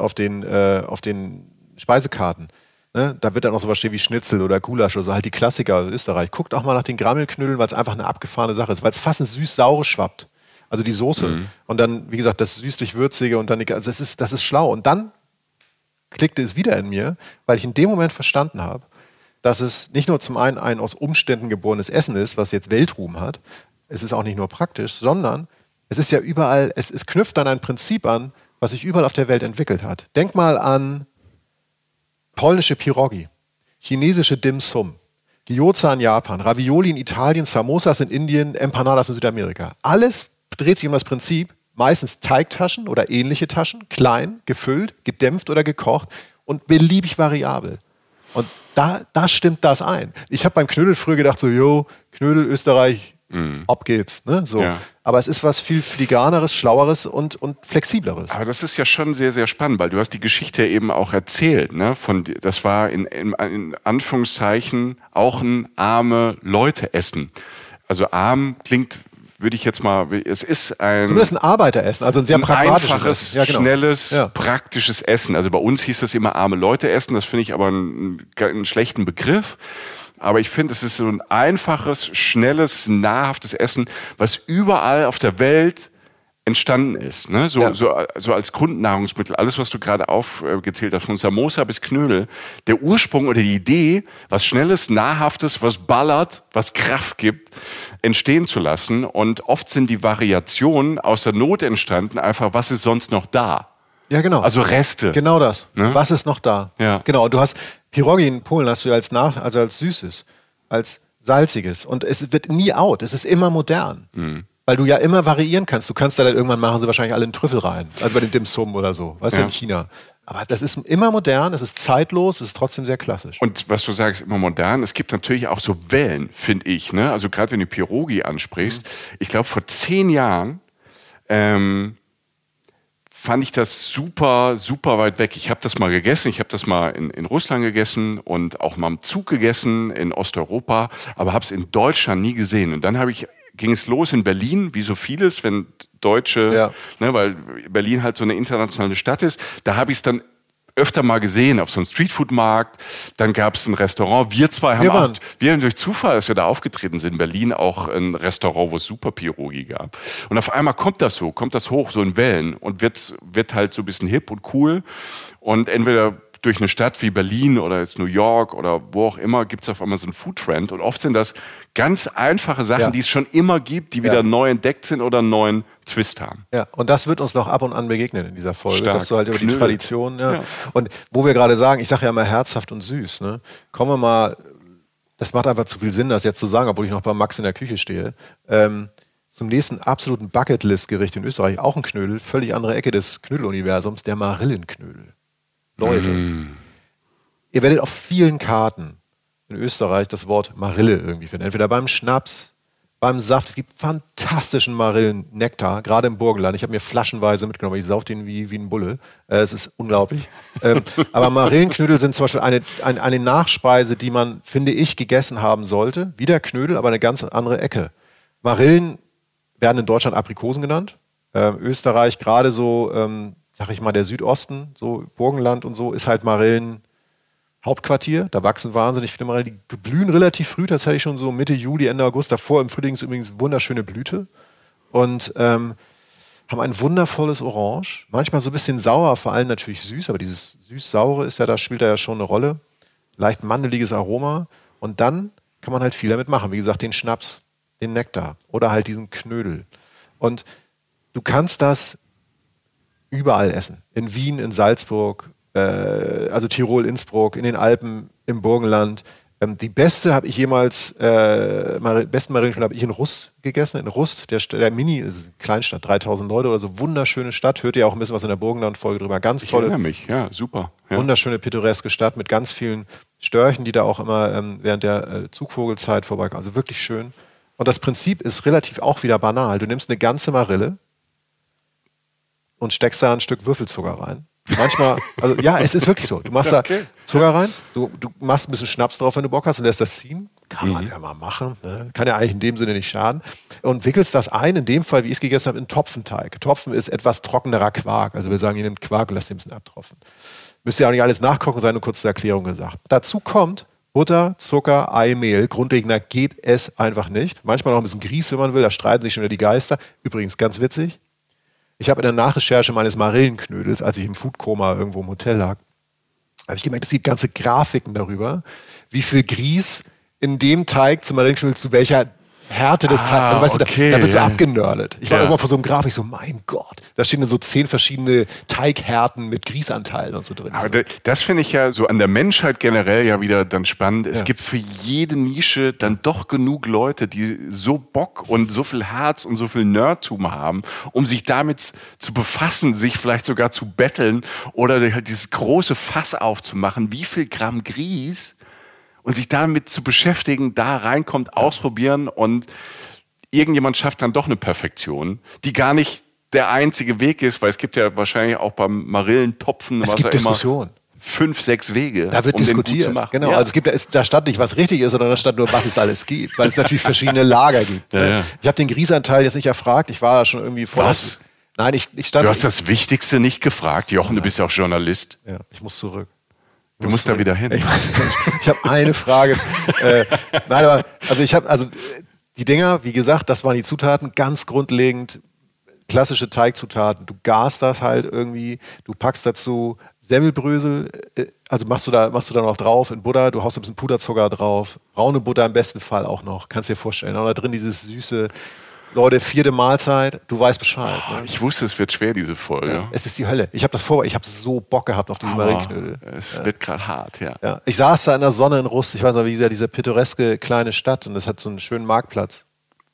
Speaker 3: Speisekarten, ne, da wird dann auch sowas stehen wie Schnitzel oder Gulasch oder so, halt die Klassiker aus Österreich. Guckt auch mal nach den Grammelknödeln, weil es einfach eine abgefahrene Sache ist, weil es fast ein süß-saure schwappt. Also die Soße. Und dann, wie gesagt, das süßlich-würzige und dann, also das ist schlau. Und dann klickte es wieder in mir, weil ich in dem Moment verstanden habe, dass es nicht nur zum einen ein aus Umständen geborenes Essen ist, was jetzt Weltruhm hat, es ist auch nicht nur praktisch, sondern es ist ja überall, es knüpft an ein Prinzip an, was sich überall auf der Welt entwickelt hat. Denk mal an polnische Pierogi, chinesische Dim Sum, Gyoza in Japan, Ravioli in Italien, Samosas in Indien, Empanadas in Südamerika. Alles dreht sich um das Prinzip, meistens Teigtaschen oder ähnliche Taschen, klein, gefüllt, gedämpft oder gekocht und beliebig variabel. Und da stimmt das ein. Ich habe beim Knödel früher gedacht, so, Knödel, Österreich, ab geht's. Ne? So. Ja. Aber es ist was viel filigraneres, schlaueres und flexibleres.
Speaker 2: Aber das ist ja schon sehr, sehr spannend, weil du hast die Geschichte eben auch erzählt. Ne? Das war in Anführungszeichen auch ein arme Leute-Essen. Also arm klingt, würde ich jetzt mal, es ist
Speaker 3: zumindest ein Arbeiteressen, also ein sehr pragmatisches
Speaker 2: einfaches, schnelles, praktisches Essen. Also bei uns hieß das immer arme Leute-Essen, das finde ich aber einen schlechten Begriff. Aber ich finde, es ist so ein einfaches, schnelles, nahrhaftes Essen, was überall auf der Welt entstanden ist. Ne? So als Grundnahrungsmittel, alles, was du gerade aufgezählt hast, von Samosa bis Knödel. Der Ursprung oder die Idee, was Schnelles, Nahrhaftes, was ballert, was Kraft gibt, entstehen zu lassen. Und oft sind die Variationen aus der Not entstanden, einfach, was ist sonst noch da?
Speaker 3: Ja, genau.
Speaker 2: Also Reste.
Speaker 3: Genau das.
Speaker 2: Ne?
Speaker 3: Was ist noch da?
Speaker 2: Ja.
Speaker 3: Genau. Und du hast Pierogi in Polen hast du als Süßes, als Salziges. Und es wird nie out. Es ist immer modern. Weil du ja immer variieren kannst. Du kannst da dann irgendwann machen sie wahrscheinlich alle einen Trüffel rein. Also bei den Dim Sum oder so. Weißt du, in China. Aber das ist immer modern, es ist zeitlos, es ist trotzdem sehr klassisch.
Speaker 2: Und was du sagst, immer modern, es gibt natürlich auch so Wellen, finde ich. Ne? Also gerade wenn du Pierogi ansprichst. Ich glaube, vor 10 Jahren fand ich das super, super weit weg. Ich habe das mal gegessen, ich habe das mal in Russland gegessen und auch mal im Zug gegessen in Osteuropa, aber habe es in Deutschland nie gesehen. Und dann ging es los in Berlin, wie so vieles, wenn Deutsche, ne, weil Berlin halt so eine internationale Stadt ist, da habe ich es dann öfter mal gesehen auf so einem Streetfood-Markt. Dann gab es ein Restaurant. Wir haben durch Zufall, als wir da aufgetreten sind, in Berlin auch ein Restaurant, wo es super Pierogi gab. Und auf einmal kommt das hoch, so in Wellen und wird halt so ein bisschen hip und cool. Und entweder durch eine Stadt wie Berlin oder jetzt New York oder wo auch immer gibt es auf einmal so einen Foodtrend. Und oft sind das ganz einfache Sachen, die es schon immer gibt, die wieder neu entdeckt sind oder einen neuen Twist haben.
Speaker 3: Ja, und das wird uns noch ab und an begegnen in dieser Folge,
Speaker 2: Stark.
Speaker 3: dass du halt über die Tradition, und wo wir gerade sagen, ich sage ja immer herzhaft und süß, ne? Kommen wir mal, das macht einfach zu viel Sinn, das jetzt zu sagen, obwohl ich noch bei Max in der Küche stehe, zum nächsten absoluten Bucketlist-Gericht in Österreich, auch ein Knödel, völlig andere Ecke des Knödeluniversums, der Marillenknödel. Leute, ihr werdet auf vielen Karten in Österreich das Wort Marille irgendwie finden. Entweder beim Schnaps, beim Saft. Es gibt fantastischen Marillennektar, gerade im Burgenland. Ich habe mir flaschenweise mitgenommen, ich sauf den wie ein Bulle. Es ist unglaublich. Aber Marillenknödel sind zum Beispiel eine Nachspeise, die man, finde ich, gegessen haben sollte. Wieder Knödel, aber eine ganz andere Ecke. Marillen werden in Deutschland Aprikosen genannt. Österreich gerade so... sag ich mal, der Südosten, so Burgenland und so, ist halt Marillen Hauptquartier. Da wachsen wahnsinnig viele Marillen. Die blühen relativ früh, das hatte ich schon so Mitte Juli, Ende August. Davor im Frühling ist übrigens wunderschöne Blüte. Und haben ein wundervolles Orange. Manchmal so ein bisschen sauer, vor allem natürlich süß, aber dieses süß-saure spielt da ja schon eine Rolle. Leicht mandeliges Aroma. Und dann kann man halt viel damit machen. Wie gesagt, den Schnaps, den Nektar oder halt diesen Knödel. Und du kannst das überall essen. In Wien, in Salzburg, also Tirol, Innsbruck, in den Alpen, im Burgenland. Die beste habe ich jemals, besten Marillenknödel habe ich in Rust gegessen. In Rust, der Mini, ist eine Kleinstadt, 3000 Leute oder so, wunderschöne Stadt. Hört ihr auch ein bisschen was in der Burgenland-Folge drüber. Ganz tolle,
Speaker 2: ich erinnere mich, ja, super. Ja.
Speaker 3: Wunderschöne, pittoreske Stadt mit ganz vielen Störchen, die da auch immer während der Zugvogelzeit vorbeikommen. Also wirklich schön. Und das Prinzip ist relativ auch wieder banal. Du nimmst eine ganze Marille und steckst da ein Stück Würfelzucker rein. Manchmal, also ja, es ist wirklich so. Du machst da Zucker rein, du machst ein bisschen Schnaps drauf, wenn du Bock hast, und lässt das ziehen. Kann man ja mal machen. Ne? Kann ja eigentlich in dem Sinne nicht schaden. Und wickelst das ein, in dem Fall, wie ich es gegessen habe, in Topfenteig. Topfen ist etwas trockenerer Quark. Also wir sagen, ihr nehmt Quark und lasst ihn ein bisschen abtropfen. Müsst ihr auch nicht alles nachkochen, sei nur kurz zur Erklärung gesagt. Dazu kommt Butter, Zucker, Ei, Mehl. Grundlegender geht es einfach nicht. Manchmal noch ein bisschen Grieß, wenn man will. Da streiten sich schon wieder die Geister. Übrigens, ganz witzig. Ich habe in der Nachrecherche meines Marillenknödels, als ich im Foodkoma irgendwo im Hotel lag, habe ich gemerkt, es gibt ganze Grafiken darüber, wie viel Grieß in dem Teig zum Marillenknödel zu welcher Härte des Teigs. Also, weißt du, da wird so abgenördet. Ich war irgendwann vor so einem Graph, ich so, mein Gott, da stehen dann so 10 verschiedene Teighärten mit Grießanteilen und so drin.
Speaker 2: Aber das finde ich ja so an der Menschheit generell ja wieder dann spannend. Es gibt für jede Nische dann doch genug Leute, die so Bock und so viel Herz und so viel Nerdtum haben, um sich damit zu befassen, sich vielleicht sogar zu betteln oder halt dieses große Fass aufzumachen. Wie viel Gramm Grieß? Und sich damit zu beschäftigen, da reinkommt, ausprobieren, und irgendjemand schafft dann doch eine Perfektion, die gar nicht der einzige Weg ist, weil es gibt ja wahrscheinlich auch beim Marillentopfen,
Speaker 3: es gibt Diskussion.
Speaker 2: 5, 6 Wege,
Speaker 3: da wird diskutiert.
Speaker 2: Den gut zu machen.
Speaker 3: Genau, also da stand nicht, was richtig ist, sondern da stand nur, was es alles gibt, weil es natürlich verschiedene Lager gibt. Ja. Ich habe den Grießanteil jetzt nicht erfragt, ich war da schon irgendwie vor.
Speaker 2: Was?
Speaker 3: Nein, ich stand...
Speaker 2: Du hast das Wichtigste nicht gefragt, Jochen, du bist ja auch Journalist.
Speaker 3: Ja, ich muss zurück.
Speaker 2: Du musst da wieder hin.
Speaker 3: Ich habe eine Frage. Nein, aber also die Dinger, wie gesagt, das waren die Zutaten, ganz grundlegend klassische Teigzutaten. Du garst das halt irgendwie, du packst dazu Semmelbrösel, also machst du da noch drauf in Butter, du haust ein bisschen Puderzucker drauf, braune Butter im besten Fall auch noch, kannst dir vorstellen. Und da drin dieses süße, Leute, 4. Mahlzeit, du weißt Bescheid. Ne?
Speaker 2: Ich wusste, es wird schwer, diese Folge.
Speaker 3: Ja, es ist die Hölle. Ich habe so Bock gehabt auf diese Marillenknödel.
Speaker 2: Es wird gerade hart, ja.
Speaker 3: Ich saß da in der Sonne in Rust, ich weiß noch, wie gesagt, diese pittoreske kleine Stadt, und das hat so einen schönen Marktplatz,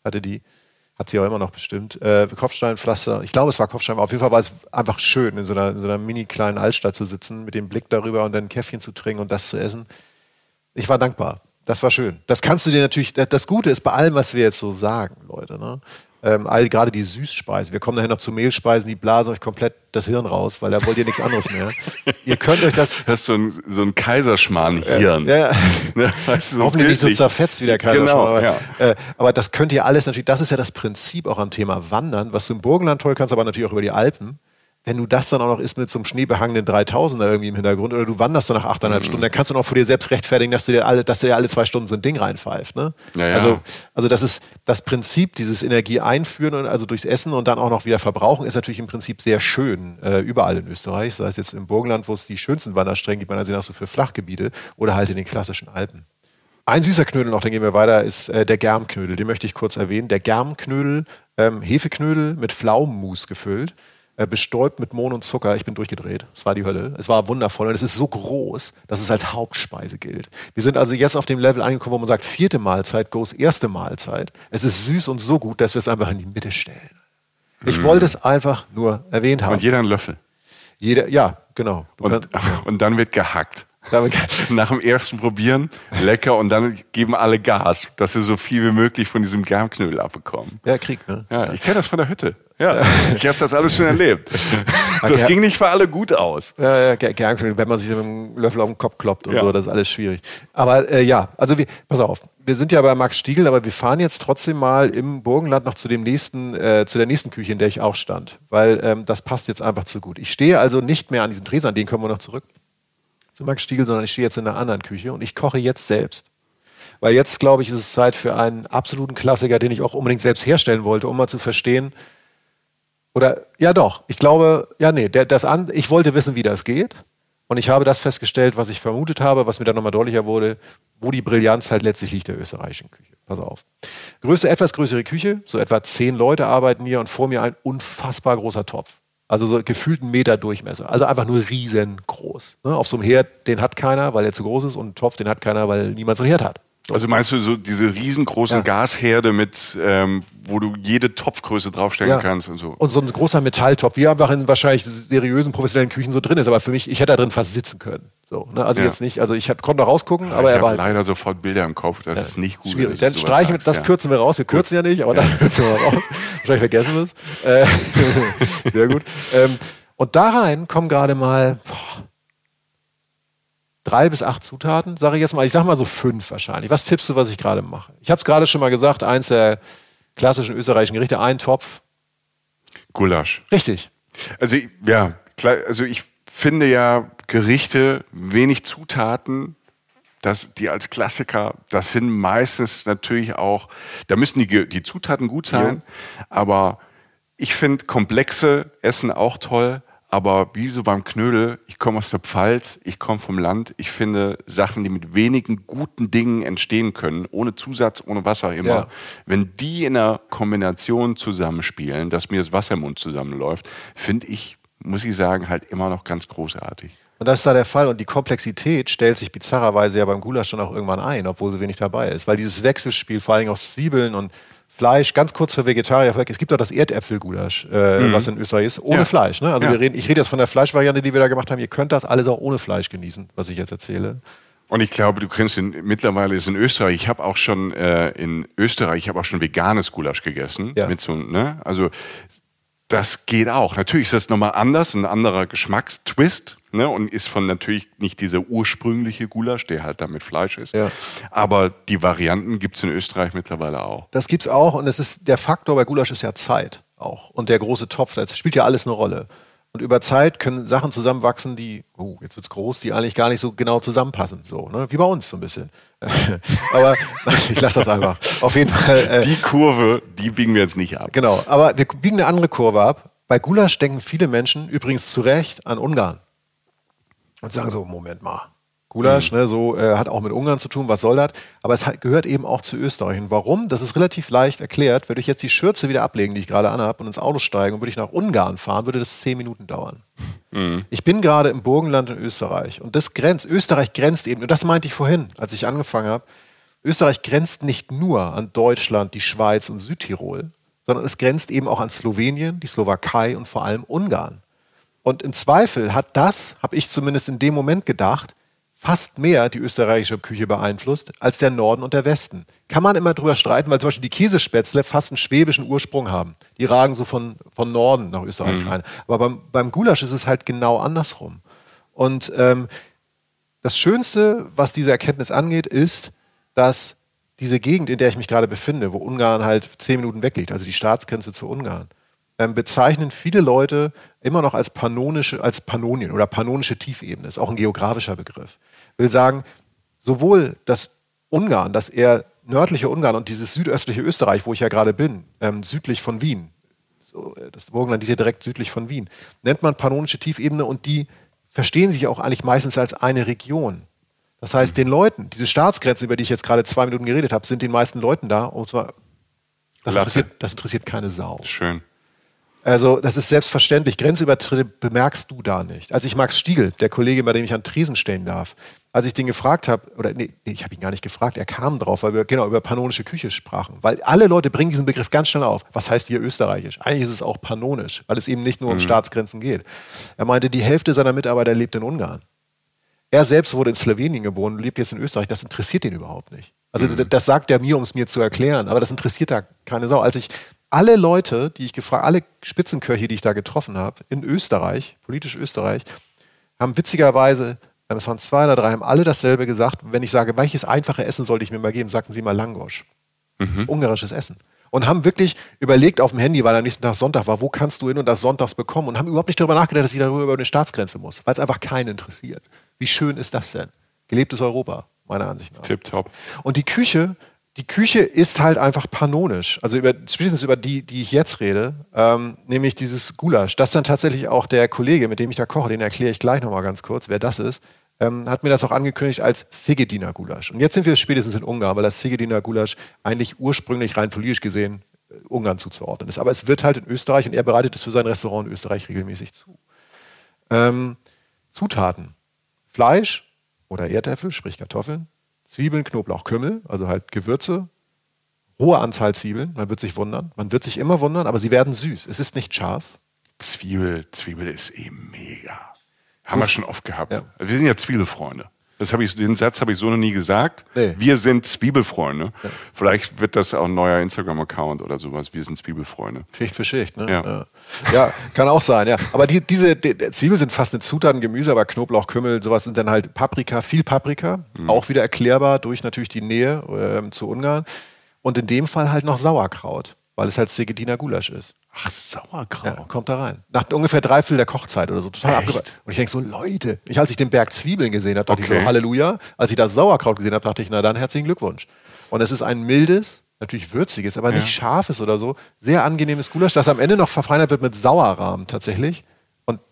Speaker 3: hat sie auch immer noch bestimmt. Kopfsteinpflaster, ich glaube, es war Kopfstein, aber auf jeden Fall war es einfach schön, in so einer mini kleinen Altstadt zu sitzen, mit dem Blick darüber und dann ein Käffchen zu trinken und das zu essen. Ich war dankbar. Das war schön. Das kannst du dir natürlich, das Gute ist bei allem, was wir jetzt so sagen, Leute, ne? Gerade die Süßspeisen. Wir kommen nachher noch zu Mehlspeisen, die blasen euch komplett das Hirn raus, weil da wollt ihr nichts anderes mehr. Ihr könnt euch das...
Speaker 2: Das ist so ein Kaiserschmarrn-Hirn.
Speaker 3: Ja.
Speaker 2: Weißt du, so
Speaker 3: hoffentlich nicht so zerfetzt wie der Kaiserschmarrn.
Speaker 2: Genau,
Speaker 3: aber das könnt ihr alles natürlich, das ist ja das Prinzip auch am Thema Wandern, was du im Burgenland toll kannst, aber natürlich auch über die Alpen. wenn du das dann auch noch isst mit so einem schneebehangenen 3000er irgendwie im Hintergrund oder du wanderst dann nach 8,5 Stunden, dann kannst du noch vor dir selbst rechtfertigen, dass du dir alle 2 Stunden so ein Ding reinpfeift. Ne?
Speaker 2: Ja.
Speaker 3: Also das ist das Prinzip, dieses Energie einführen, und also durchs Essen und dann auch noch wieder verbrauchen, ist natürlich im Prinzip sehr schön überall in Österreich, sei es jetzt im Burgenland, wo es die schönsten Wanderstrecken gibt, man also nach so für Flachgebiete, oder halt in den klassischen Alpen. Ein süßer Knödel noch, dann gehen wir weiter, ist der Germknödel. Den möchte ich kurz erwähnen. Der Germknödel, Hefeknödel mit Pflaumenmus gefüllt, bestäubt mit Mohn und Zucker. Ich bin durchgedreht. Es war die Hölle. Es war wundervoll und es ist so groß, dass es als Hauptspeise gilt. Wir sind also jetzt auf dem Level angekommen, wo man sagt, 4. Mahlzeit goes 1. Mahlzeit. Es ist süß und so gut, dass wir es einfach in die Mitte stellen. Ich wollte es einfach nur erwähnt haben.
Speaker 2: Und jeder einen Löffel.
Speaker 3: Ja, genau.
Speaker 2: Und dann wird gehackt. Nach dem ersten Probieren, lecker, und dann geben alle Gas, dass sie so viel wie möglich von diesem Germknödel abbekommen.
Speaker 3: Ja, Krieg, ne?
Speaker 2: Ja, ich kenne das von der Hütte. Ja, ich habe das alles schon erlebt. Das ging nicht für alle gut aus.
Speaker 3: Ja, Germknödel, wenn man sich mit einem Löffel auf den Kopf kloppt und so, das ist alles schwierig. Aber also pass auf, wir sind ja bei Max Stiegl, aber wir fahren jetzt trotzdem mal im Burgenland noch zu der nächsten Küche, in der ich auch stand, weil das passt jetzt einfach zu gut. Ich stehe also nicht mehr an diesem Tresen, an den kommen wir noch zurück. Zu Max Stiegl, sondern ich stehe jetzt in einer anderen Küche und ich koche jetzt selbst. Weil jetzt, glaube ich, ist es Zeit für einen absoluten Klassiker, den ich auch unbedingt selbst herstellen wollte, um mal zu verstehen, ich glaube, ich wollte wissen, wie das geht, und ich habe das festgestellt, was ich vermutet habe, was mir dann nochmal deutlicher wurde, wo die Brillanz halt letztlich liegt der österreichischen Küche. Pass auf. Etwas größere Küche, so etwa 10 Leute arbeiten hier, und vor mir ein unfassbar großer Topf. Also so gefühlt 1 Meter Durchmesser. Also einfach nur riesengroß. Ne? Auf so einem Herd, den hat keiner, weil er zu groß ist, und einen Topf, den hat keiner, weil niemand so einen Herd hat.
Speaker 2: Also meinst du so diese riesengroßen Gasherde mit, wo du jede Topfgröße draufstellen kannst und so? Und
Speaker 3: so ein großer Metalltopf, wie einfach in wahrscheinlich seriösen, professionellen Küchen so drin ist. Aber für mich, ich hätte da drin fast sitzen können. So, ne? Also jetzt nicht, also ich konnte noch rausgucken, aber er war
Speaker 2: halt leider sofort Bilder im Kopf, das ist nicht gut.
Speaker 3: Schwierig. Dann streichen wir, das kürzen wir raus. Wir kürzen ja nicht, aber dann kürzen wir raus. Wahrscheinlich vergessen wir es. Sehr gut. Und da rein kommen gerade mal 3 bis 8 Zutaten, sage ich jetzt mal. Ich sage mal so 5 wahrscheinlich. Was tippst du, was ich gerade mache? Ich habe es gerade schon mal gesagt, eins der klassischen österreichischen Gerichte, ein Topf.
Speaker 2: Gulasch.
Speaker 3: Richtig.
Speaker 2: Also ich finde ja Gerichte, wenig Zutaten, die als Klassiker, das sind meistens natürlich auch, da müssen die Zutaten gut sein, aber ich finde komplexe Essen auch toll. Aber wie so beim Knödel, ich komme aus der Pfalz, ich komme vom Land. Ich finde Sachen, die mit wenigen guten Dingen entstehen können, ohne Zusatz, ohne was auch immer, wenn die in einer Kombination zusammenspielen, dass mir das Wasser im Mund zusammenläuft, finde ich, muss ich sagen, halt immer noch ganz großartig.
Speaker 3: Und das ist da der Fall. Und die Komplexität stellt sich bizarrerweise ja beim Gulasch schon auch irgendwann ein, obwohl so wenig dabei ist. Weil dieses Wechselspiel, vor allen Dingen aus Zwiebeln und Fleisch, ganz kurz für Vegetarier, es gibt doch das Erdäpfelgulasch, was in Österreich ist, ohne Fleisch. Ne? Also ich rede jetzt von der Fleischvariante, die wir da gemacht haben. Ihr könnt das alles auch ohne Fleisch genießen, was ich jetzt erzähle.
Speaker 2: Und ich glaube, du kennst mittlerweile ist in Österreich, ich habe auch schon veganes Gulasch gegessen.
Speaker 3: Ja.
Speaker 2: Mit so, ne? Also das geht auch. Natürlich ist das nochmal anders, ein anderer Geschmackstwist, ne? Und ist von natürlich nicht dieser ursprüngliche Gulasch, der halt da mit Fleisch ist.
Speaker 3: Ja.
Speaker 2: Aber die Varianten gibt es in Österreich mittlerweile auch.
Speaker 3: Das gibt's auch, und der Faktor bei Gulasch ist ja Zeit auch. Und der große Topf, das spielt ja alles eine Rolle. Und über Zeit können Sachen zusammenwachsen, die, jetzt wird's groß, die eigentlich gar nicht so genau zusammenpassen. So, ne? Wie bei uns so ein bisschen. Aber ich lasse das einfach. Auf jeden Fall.
Speaker 2: Die Kurve, die biegen wir jetzt nicht ab.
Speaker 3: Genau, aber wir biegen eine andere Kurve ab. Bei Gulasch denken viele Menschen, übrigens zu Recht, an Ungarn. Und sagen so, Moment mal. Gulasch, hat auch mit Ungarn zu tun, was soll das? Aber es gehört eben auch zu Österreich. Und warum? Das ist relativ leicht erklärt. Würde ich jetzt die Schürze wieder ablegen, die ich gerade anhabe, und ins Auto steigen und würde ich nach Ungarn fahren, würde das 10 Minuten dauern. Ich bin gerade im Burgenland in Österreich. Und Österreich grenzt eben, und das meinte ich vorhin, als ich angefangen habe, Österreich grenzt nicht nur an Deutschland, die Schweiz und Südtirol, sondern es grenzt eben auch an Slowenien, die Slowakei und vor allem Ungarn. Und im Zweifel habe ich zumindest in dem Moment gedacht, fast mehr die österreichische Küche beeinflusst als der Norden und der Westen. Kann man immer drüber streiten, weil zum Beispiel die Käsespätzle fast einen schwäbischen Ursprung haben. Die ragen so von Norden nach Österreich rein. Aber beim Gulasch ist es halt genau andersrum. Und das Schönste, was diese Erkenntnis angeht, ist, dass diese Gegend, in der ich mich gerade befinde, wo Ungarn halt 10 Minuten weg liegt, also die Staatsgrenze zu Ungarn, bezeichnen viele Leute immer noch als Pannonien oder pannonische Tiefebene. Ist auch ein geografischer Begriff. Will sagen, sowohl das Ungarn, das eher nördliche Ungarn und dieses südöstliche Österreich, wo ich ja gerade bin, südlich von Wien, so, das Burgenland liegt ja direkt südlich von Wien, nennt man pannonische Tiefebene und die verstehen sich auch eigentlich meistens als eine Region. Das heißt, den Leuten, diese Staatsgrenzen, über die ich jetzt gerade 2 Minuten geredet habe, sind den meisten Leuten da. Und zwar, das interessiert keine Sau.
Speaker 2: Schön.
Speaker 3: Also das ist selbstverständlich. Grenzübertritte bemerkst du da nicht. Als ich Max Stiegel, der Kollege, bei dem ich an Tresen stehen darf, als ich den gefragt habe, ich habe ihn gar nicht gefragt, er kam drauf, weil wir über pannonische Küche sprachen. Weil alle Leute bringen diesen Begriff ganz schnell auf. Was heißt hier österreichisch? Eigentlich ist es auch pannonisch, weil es eben nicht nur um Staatsgrenzen geht. Er meinte, die Hälfte seiner Mitarbeiter lebt in Ungarn. Er selbst wurde in Slowenien geboren und lebt jetzt in Österreich. Das interessiert ihn überhaupt nicht. Also das sagt er mir, um es mir zu erklären. Aber das interessiert da keine Sau. Als ich alle Leute, die ich gefragt, alle Spitzenköche, die ich da getroffen habe, in Österreich, politisch Österreich, haben witzigerweise, es waren 2 oder 3, haben alle dasselbe gesagt. Wenn ich sage, welches einfache Essen sollte ich mir mal geben, sagten sie mal Langosch. Ungarisches Essen. Und haben wirklich überlegt auf dem Handy, weil am nächsten Tag Sonntag war, wo kannst du hin und das sonntags bekommen und haben überhaupt nicht darüber nachgedacht, dass ich darüber über eine Staatsgrenze muss, weil es einfach keinen interessiert. Wie schön ist das denn? Gelebtes Europa, meiner Ansicht nach.
Speaker 2: Tipptopp.
Speaker 3: Und die Küche ist halt einfach pannonisch. Also spätestens über die ich jetzt rede, nämlich dieses Gulasch. Das dann tatsächlich auch der Kollege, mit dem ich da koche, den erkläre ich gleich nochmal ganz kurz, wer das ist, hat mir das auch angekündigt als Szegediner Gulasch. Und jetzt sind wir spätestens in Ungarn, weil das Szegediner Gulasch eigentlich ursprünglich rein politisch gesehen Ungarn zuzuordnen ist. Aber es wird halt in Österreich und er bereitet es für sein Restaurant in Österreich regelmäßig zu. Zutaten. Fleisch oder Erdäpfel, sprich Kartoffeln, Zwiebeln, Knoblauch, Kümmel, also halt Gewürze, hohe Anzahl Zwiebeln, man wird sich wundern, man wird sich immer wundern, aber sie werden süß. Es ist nicht scharf.
Speaker 2: Zwiebel ist eben mega. Haben wir schon oft gehabt. Ja. Wir sind ja Zwiebelfreunde. Den Satz habe ich so noch nie gesagt. Nee. Wir sind Zwiebelfreunde. Ja. Vielleicht wird das auch ein neuer Instagram-Account oder sowas. Wir sind Zwiebelfreunde.
Speaker 3: Schicht für Schicht, ne? Ja, kann auch sein, ja. Aber diese Zwiebeln sind fast eine Zutat, ein Gemüse, aber Knoblauch, Kümmel, sowas sind dann halt Paprika, viel Paprika. Auch wieder erklärbar durch natürlich die Nähe zu Ungarn. Und in dem Fall halt noch Sauerkraut, weil es halt Szegediner Gulasch ist.
Speaker 2: Ach, Sauerkraut.
Speaker 3: Ja, kommt da rein. Nach ungefähr 3/4 der Kochzeit oder so. Total abgewandt. Und ich denke so, Leute, als ich den Berg Zwiebeln gesehen habe, dachte ich so, Halleluja. Als ich das Sauerkraut gesehen habe, dachte ich, na dann herzlichen Glückwunsch. Und es ist ein mildes, natürlich würziges, aber nicht scharfes oder so, sehr angenehmes Gulasch, das am Ende noch verfeinert wird mit Sauerrahm tatsächlich. Und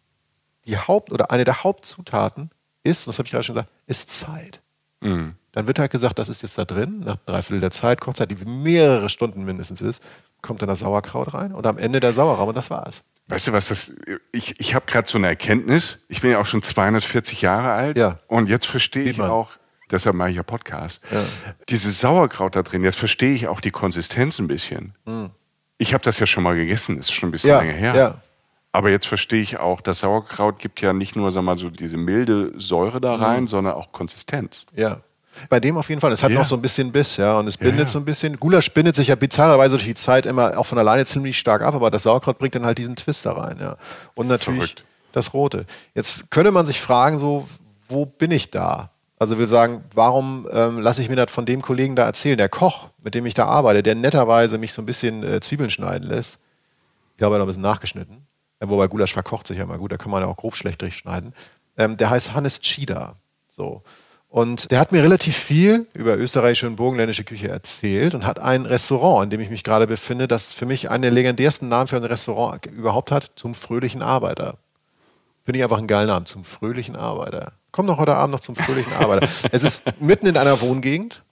Speaker 3: eine der Hauptzutaten ist, das habe ich gerade schon gesagt, ist Zeit. Dann wird halt gesagt, das ist jetzt da drin, nach 3/4 der Zeit, Kochzeit, die mehrere Stunden mindestens ist, kommt dann das Sauerkraut rein und am Ende der Sauerrahm und das war's.
Speaker 2: Weißt du was, ich habe gerade so eine Erkenntnis, ich bin ja auch schon 240 Jahre alt und jetzt verstehe ich auch, deshalb mache ich ja Podcast, dieses Sauerkraut da drin, jetzt verstehe ich auch die Konsistenz ein bisschen. Ich habe das ja schon mal gegessen, das ist schon ein bisschen länger her. Ja. Aber jetzt verstehe ich auch, das Sauerkraut gibt ja nicht nur, sag mal, so diese milde Säure da rein, sondern auch Konsistenz.
Speaker 3: Ja. Bei dem auf jeden Fall. Es hat noch so ein bisschen Biss, ja. Und es bindet so ein bisschen. Gulasch bindet sich ja bizarrerweise durch die Zeit immer auch von alleine ziemlich stark ab, aber das Sauerkraut bringt dann halt diesen Twist da rein, ja. Und natürlich das Rote. Jetzt könnte man sich fragen, so, wo bin ich da? Also will sagen, warum lasse ich mir das von dem Kollegen da erzählen? Der Koch, mit dem ich da arbeite, der netterweise mich so ein bisschen Zwiebeln schneiden lässt. Ich glaube, er hat noch ein bisschen nachgeschnitten. Wobei Gulasch verkocht sich ja immer gut, da kann man ja auch grob schlecht durchschneiden. Der heißt Hannes Tschida. So. Und der hat mir relativ viel über österreichische und burgenländische Küche erzählt und hat ein Restaurant, in dem ich mich gerade befinde, das für mich einen der legendärsten Namen für ein Restaurant überhaupt hat, zum fröhlichen Arbeiter. Finde ich einfach einen geilen Namen, zum fröhlichen Arbeiter. Komm doch heute Abend noch zum fröhlichen Arbeiter. Es ist mitten in einer Wohngegend,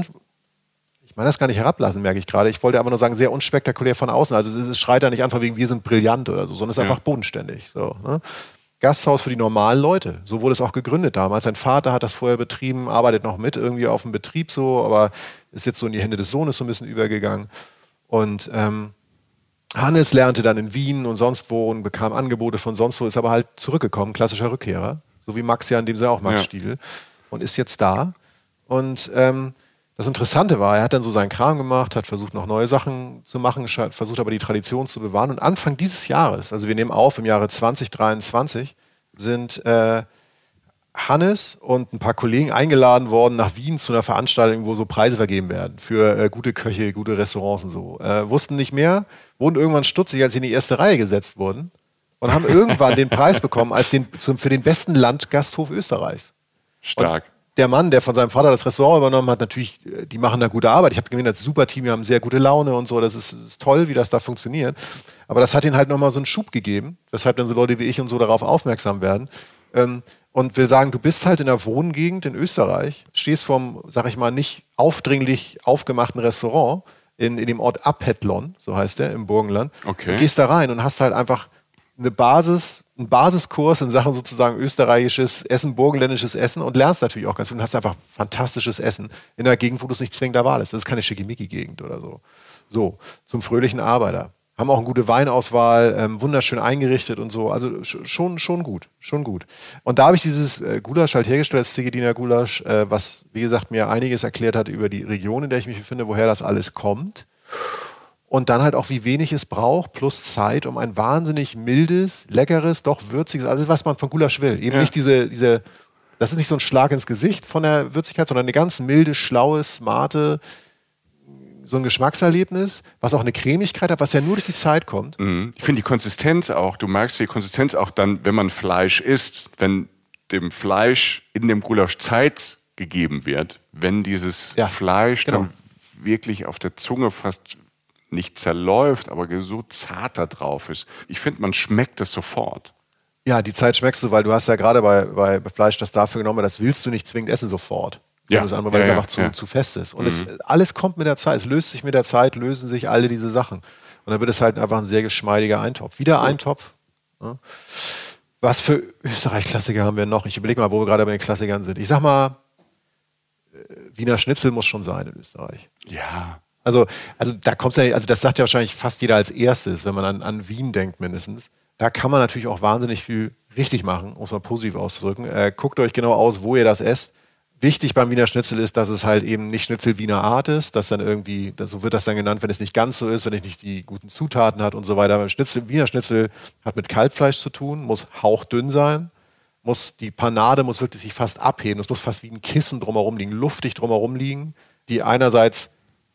Speaker 3: ich meine das gar nicht herablassen, merke ich gerade. Ich wollte aber nur sagen, sehr unspektakulär von außen. Also es schreit da nicht einfach wegen, wir sind brillant oder so, sondern es ist einfach bodenständig. So, ne? Gasthaus für die normalen Leute. So wurde es auch gegründet damals. Sein Vater hat das vorher betrieben, arbeitet noch mit irgendwie auf dem Betrieb so, aber ist jetzt so in die Hände des Sohnes so ein bisschen übergegangen. Und Hannes lernte dann in Wien und sonst wo und bekam Angebote von sonst wo, ist aber halt zurückgekommen, klassischer Rückkehrer. So wie Max ja in dem Sinne auch, Max Stiegel. Und ist jetzt da. Und das Interessante war, er hat dann so seinen Kram gemacht, hat versucht noch neue Sachen zu machen, versucht aber die Tradition zu bewahren. Und Anfang dieses Jahres, also wir nehmen auf, im Jahre 2023, sind Hannes und ein paar Kollegen eingeladen worden nach Wien zu einer Veranstaltung, wo so Preise vergeben werden für gute Köche, gute Restaurants und so. Wussten nicht mehr, wurden irgendwann stutzig, als sie in die erste Reihe gesetzt wurden und haben irgendwann den Preis bekommen für den besten Landgasthof Österreichs.
Speaker 2: Stark.
Speaker 3: Und der Mann, der von seinem Vater das Restaurant übernommen hat, natürlich, die machen da gute Arbeit. Ich habe gesehen, das super Team, wir haben sehr gute Laune und so. Das ist toll, wie das da funktioniert. Aber das hat ihnen halt nochmal so einen Schub gegeben, weshalb dann so Leute wie ich und so darauf aufmerksam werden. Und will sagen, du bist halt in der Wohngegend in Österreich, stehst vorm, sag ich mal, nicht aufdringlich aufgemachten Restaurant in dem Ort Appetlon, so heißt der, im Burgenland.
Speaker 2: Okay.
Speaker 3: Und gehst da rein und hast halt einfach einen Basiskurs in Sachen sozusagen österreichisches Essen, burgenländisches Essen und lernst natürlich auch ganz viel und hast einfach fantastisches Essen in einer Gegend, wo du es nicht zwingend erwartest. Das ist keine Schickimicki-Gegend oder so. So, zum fröhlichen Arbeiter. Haben auch eine gute Weinauswahl, wunderschön eingerichtet und so. Also schon gut. Und da habe ich dieses Gulasch halt hergestellt, das Zigediner Gulasch, was, wie gesagt, mir einiges erklärt hat über die Region, in der ich mich befinde, woher das alles kommt. Und dann halt auch, wie wenig es braucht, plus Zeit, um ein wahnsinnig mildes, leckeres, doch würziges, alles, was man von Gulasch will. Eben nicht diese, das ist nicht so ein Schlag ins Gesicht von der Würzigkeit, sondern eine ganz milde, schlaue, smarte, so ein Geschmackserlebnis, was auch eine Cremigkeit hat, was ja nur durch die Zeit kommt.
Speaker 2: Ich finde die Konsistenz auch, du merkst die Konsistenz auch dann, wenn man Fleisch isst, wenn dem Fleisch in dem Gulasch Zeit gegeben wird, wenn dieses Fleisch dann wirklich auf der Zunge fast nicht zerläuft, aber so zart da drauf ist. Ich finde, man schmeckt das sofort.
Speaker 3: Ja, die Zeit schmeckst du, weil du hast ja gerade bei Fleisch das dafür genommen, das willst du nicht zwingend essen sofort.
Speaker 2: Ja.
Speaker 3: Weil es einfach zu fest ist. Und alles kommt mit der Zeit, es löst sich mit der Zeit, lösen sich alle diese Sachen. Und dann wird es halt einfach ein sehr geschmeidiger Eintopf. Wieder Eintopf. Ja. Was für Österreich-Klassiker haben wir noch? Ich überlege mal, wo wir gerade bei den Klassikern sind. Ich sag mal, Wiener Schnitzel muss schon sein in Österreich.
Speaker 2: Ja.
Speaker 3: Also da kommt's ja, also das sagt ja wahrscheinlich fast jeder als erstes, wenn man an Wien denkt mindestens. Da kann man natürlich auch wahnsinnig viel richtig machen, um es mal positiv auszudrücken. Guckt euch genau aus, wo ihr das esst. Wichtig beim Wiener Schnitzel ist, dass es halt eben nicht Schnitzel Wiener Art ist, dass dann irgendwie, so wird das dann genannt, wenn es nicht ganz so ist, wenn es nicht die guten Zutaten hat und so weiter. Wiener Schnitzel hat mit Kalbfleisch zu tun, muss hauchdünn sein, die Panade muss wirklich sich fast abheben, es muss fast wie ein Kissen drumherum liegen, luftig drumherum liegen, die einerseits,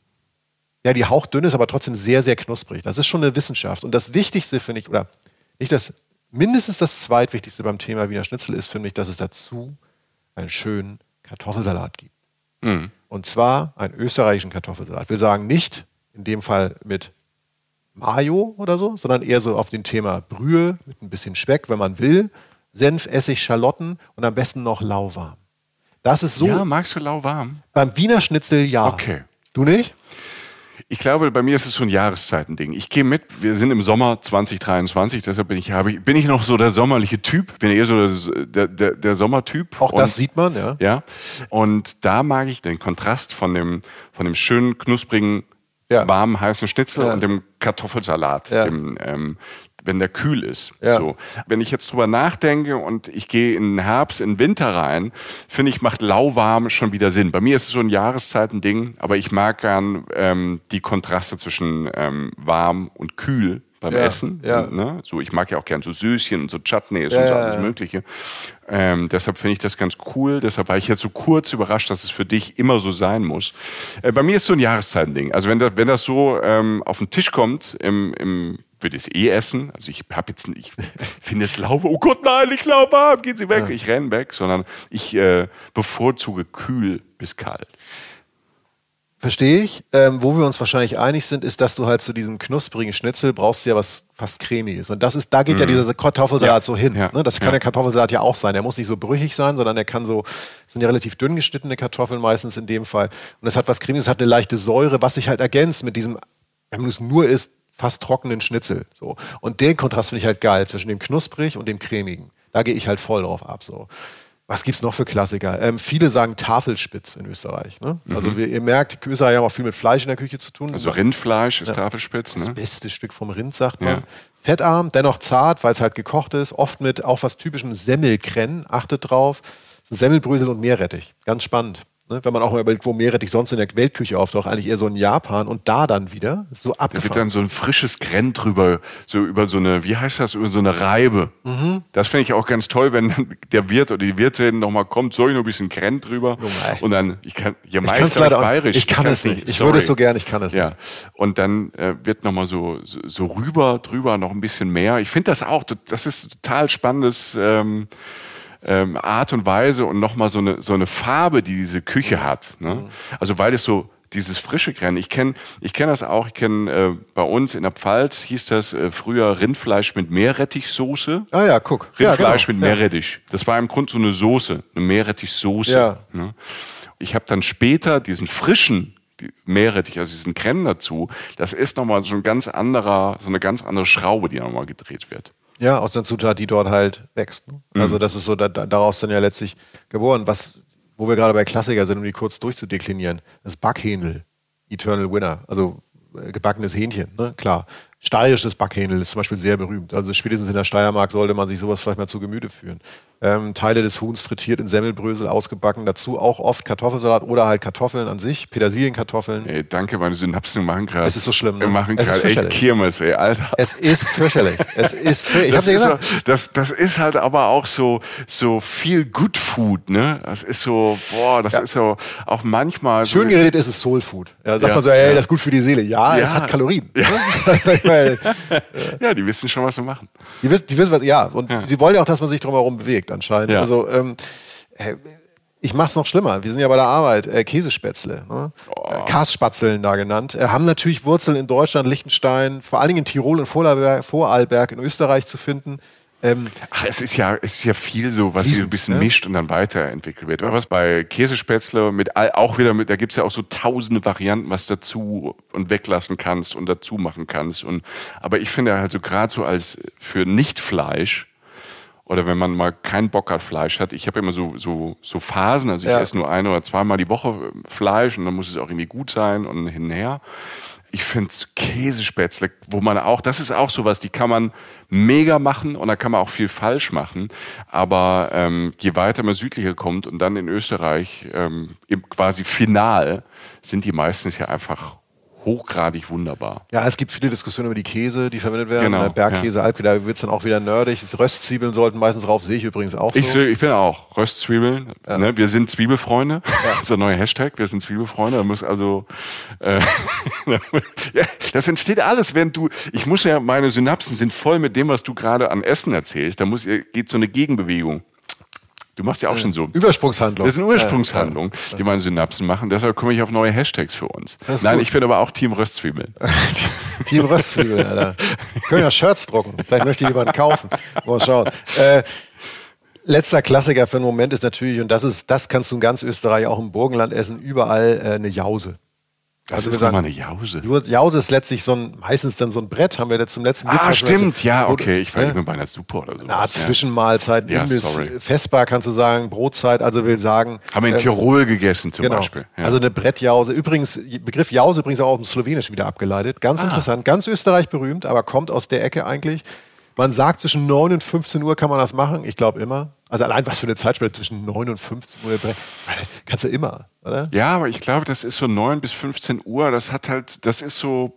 Speaker 3: ja, die hauchdünn ist, aber trotzdem sehr, sehr knusprig. Das ist schon eine Wissenschaft. Und das Wichtigste, finde ich, oder nicht das, mindestens das Zweitwichtigste beim Thema Wiener Schnitzel ist, finde ich, dass es dazu einen schönen Kartoffelsalat gibt. Und zwar einen österreichischen Kartoffelsalat. Wir sagen nicht in dem Fall mit Mayo oder so, sondern eher so auf dem Thema Brühe mit ein bisschen Speck, wenn man will, Senf, Essig, Schalotten und am besten noch lauwarm. Das ist so.
Speaker 2: Ja, magst du lauwarm?
Speaker 3: Beim Wiener Schnitzel ja.
Speaker 2: Okay.
Speaker 3: Du nicht?
Speaker 2: Ich glaube, bei mir ist es so ein Jahreszeitending. Ich gehe mit, wir sind im Sommer 2023, deshalb bin ich noch so der sommerliche Typ, bin eher so der Sommertyp.
Speaker 3: Auch das sieht man, ja.
Speaker 2: Ja. Und da mag ich den Kontrast von dem schönen, knusprigen, warmen, heißen Schnitzel und dem Kartoffelsalat, wenn der kühl ist.
Speaker 3: Ja.
Speaker 2: So. Wenn ich jetzt drüber nachdenke und ich gehe in den Herbst, in den Winter rein, finde ich, macht lauwarm schon wieder Sinn. Bei mir ist es so ein Jahreszeitending, aber ich mag gern die Kontraste zwischen warm und kühl beim Essen.
Speaker 3: Ja.
Speaker 2: Ne? So, ich mag ja auch gern so Süßchen und so Chutneys und so alles Mögliche. Deshalb finde ich das ganz cool. Deshalb war ich jetzt so kurz überrascht, dass es für dich immer so sein muss. Bei mir ist so ein Jahreszeitending. Also wenn das so auf den Tisch kommt, würde ich es essen. Also ich finde es lauwarm. Oh Gott, nein, nicht lauwarm, gehen Sie weg. Ja. Ich renne weg, sondern ich bevorzuge kühl bis kalt.
Speaker 3: Verstehe ich. Wo wir uns wahrscheinlich einig sind, ist, dass du halt zu diesem knusprigen Schnitzel brauchst du ja was fast cremiges. Und da geht ja dieser Kartoffelsalat so hin.
Speaker 2: Ja.
Speaker 3: Ne? Das kann der Kartoffelsalat ja auch sein. Der muss nicht so brüchig sein, sondern der kann so, das sind ja relativ dünn geschnittene Kartoffeln meistens in dem Fall. Und es hat was cremiges, es hat eine leichte Säure, was sich halt ergänzt mit diesem, wenn du es nur isst, fast trockenen Schnitzel. So. Und den Kontrast finde ich halt geil zwischen dem knusprig und dem cremigen. Da gehe ich halt voll drauf ab. So. Was gibt's noch für Klassiker? Viele sagen Tafelspitz in Österreich. Ne? Also ihr merkt, Österreich haben auch viel mit Fleisch in der Küche zu tun.
Speaker 2: Also Rindfleisch ist Tafelspitz. Ne?
Speaker 3: Das beste Stück vom Rind, sagt man. Ja. Fettarm, dennoch zart, weil es halt gekocht ist. Oft mit auch was typischem Semmelkrenn. Achtet drauf. Das sind Semmelbrösel und Meerrettich. Ganz spannend. Ne? Wenn man auch mal überlegt, wo Meerrettich sonst in der Weltküche auftaucht, eigentlich eher so in Japan und da dann wieder, ist so
Speaker 2: Da wird
Speaker 3: abgefahren.
Speaker 2: dann so ein frisches Grenn drüber, so über so eine, wie heißt das, über so eine Reibe. Das finde ich auch ganz toll, wenn dann der Wirt oder die Wirtin nochmal kommt, soll ich noch ein bisschen Grenn drüber? Und dann,
Speaker 3: Ich kann es leider
Speaker 2: bayerisch.
Speaker 3: Ich kann es nicht. Ich würde es so gern, ich kann es nicht.
Speaker 2: Ja. Und dann wird nochmal so drüber noch ein bisschen mehr. Ich finde das auch, das ist total spannendes Art und Weise und nochmal so eine Farbe, die diese Küche hat. Ne? Also weil es so dieses frische Grenn, ich kenne das auch, bei uns in der Pfalz hieß das früher Rindfleisch mit Meerrettichsoße.
Speaker 3: Ah ja, guck.
Speaker 2: Rindfleisch
Speaker 3: ja, genau.
Speaker 2: mit Meerrettich. Das war im Grunde so eine Soße, eine Meerrettichsoße.
Speaker 3: Ja.
Speaker 2: Ne? Ich habe dann später diesen frischen Meerrettich, also diesen Grenn dazu, das ist nochmal so eine ganz andere Schraube, die nochmal gedreht wird.
Speaker 3: Ja, aus einer Zutat, die dort halt wächst. Ne? Also das ist so daraus dann ja letztlich geboren. Wo wir gerade bei Klassiker sind, um die kurz durchzudeklinieren, das Backhähnel, Eternal Winner, also gebackenes Hähnchen, ne? Klar. Steirisches Backhähnel ist zum Beispiel sehr berühmt. Also spätestens in der Steiermark sollte man sich sowas vielleicht mal zu Gemüte führen. Teile des Huhns frittiert in Semmelbrösel, ausgebacken. Dazu auch oft Kartoffelsalat oder halt Kartoffeln an sich, Petersilienkartoffeln.
Speaker 2: Ey, danke, meine Synapsen machen gerade.
Speaker 3: Es ist so schlimm, ne?
Speaker 2: Wir machen
Speaker 3: Es ist
Speaker 2: gerade echt
Speaker 3: fürchterlich.
Speaker 2: Kirmes, ey, Alter.
Speaker 3: Es ist fürchterlich.
Speaker 2: Das ist halt aber auch so viel Good Food, ne? Das ist so, ist so auch manchmal
Speaker 3: Schön geredet ist es Soul Food. Ja, sagt
Speaker 2: Ja,
Speaker 3: man so, ey,
Speaker 2: ja.
Speaker 3: das ist gut für die Seele. Ja, es hat Kalorien. Ja. Ich meine,
Speaker 2: Ja, die wissen schon, was sie machen.
Speaker 3: die wissen was, ja. Und sie wollen ja auch, dass man sich drumherum bewegt, anscheinend.
Speaker 2: Ja.
Speaker 3: Also, ich mach's noch schlimmer. Wir sind ja bei der Arbeit. Käsespätzle, ne? Kasspatzeln da genannt. Haben natürlich Wurzeln in Deutschland, Liechtenstein, vor allen Dingen in Tirol und Vorarlberg in Österreich zu finden.
Speaker 2: Ach, es ist ja viel so, was sich so ein bisschen
Speaker 3: ne?
Speaker 2: mischt und dann weiterentwickelt wird. Was bei Käsespätzle da gibt's ja auch so tausende Varianten, was dazu und weglassen kannst und dazu machen kannst. Aber ich finde halt so gerade so als für Nicht-Fleisch oder wenn man mal keinen Bock auf Fleisch hat, ich habe immer so Phasen, also ich esse nur 1 oder 2 Mal die Woche Fleisch und dann muss es auch irgendwie gut sein und hin und her. Ich finde Käsespätzle, das ist auch sowas, die kann man mega machen und da kann man auch viel falsch machen. Aber je weiter man südlicher kommt und dann in Österreich quasi final, sind die meistens ja einfach hochgradig wunderbar.
Speaker 3: Ja, es gibt viele Diskussionen über die Käse, die verwendet werden.
Speaker 2: Genau,
Speaker 3: Bergkäse,
Speaker 2: ja.
Speaker 3: Alpkäse, da wird es dann auch wieder nerdig. Röstzwiebeln sollten meistens drauf, sehe ich übrigens auch so.
Speaker 2: Ich bin auch Röstzwiebeln. Ja. Ne? Wir sind Zwiebelfreunde. Das ist der neue Hashtag. Wir sind Zwiebelfreunde. Da muss also ja, das entsteht alles, meine Synapsen sind voll mit dem, was du gerade an Essen erzählst. Geht so eine Gegenbewegung. Du machst ja auch schon so.
Speaker 3: Übersprungshandlung.
Speaker 2: Das ist eine Übersprungshandlung, die meine Synapsen machen. Deshalb komme ich auf neue Hashtags für uns. Nein, ich bin aber auch Team Röstzwiebeln.
Speaker 3: Team Röstzwiebeln, Alter. Wir können ja Shirts drucken. Vielleicht möchte jemand kaufen. Mal schauen. Letzter Klassiker für den Moment ist natürlich, und das kannst du in ganz Österreich auch im Burgenland essen, überall eine Jause.
Speaker 2: Das ist nochmal eine Jause.
Speaker 3: Jause ist letztlich meistens dann so ein Brett, haben wir jetzt zum letzten Witz.
Speaker 2: Stimmt, ja, okay. Ich war eben bei einer Suppe oder so.
Speaker 3: Zwischenmahlzeit, Festbar kannst du sagen, Brotzeit, also will sagen.
Speaker 2: Haben wir in Tirol gegessen zum Beispiel.
Speaker 3: Ja. Also eine Brettjause. Übrigens, Begriff Jause übrigens auch aus dem Slowenischen wieder abgeleitet. Ganz interessant, ganz Österreich berühmt, aber kommt aus der Ecke eigentlich. Man sagt, zwischen 9 und 15 Uhr kann man das machen. Ich glaube immer. Also allein was für eine Zeitspanne zwischen 9 und 15 Uhr. Kannst du immer, oder?
Speaker 2: Ja, aber ich glaube, das ist so 9 bis 15 Uhr. Das ist so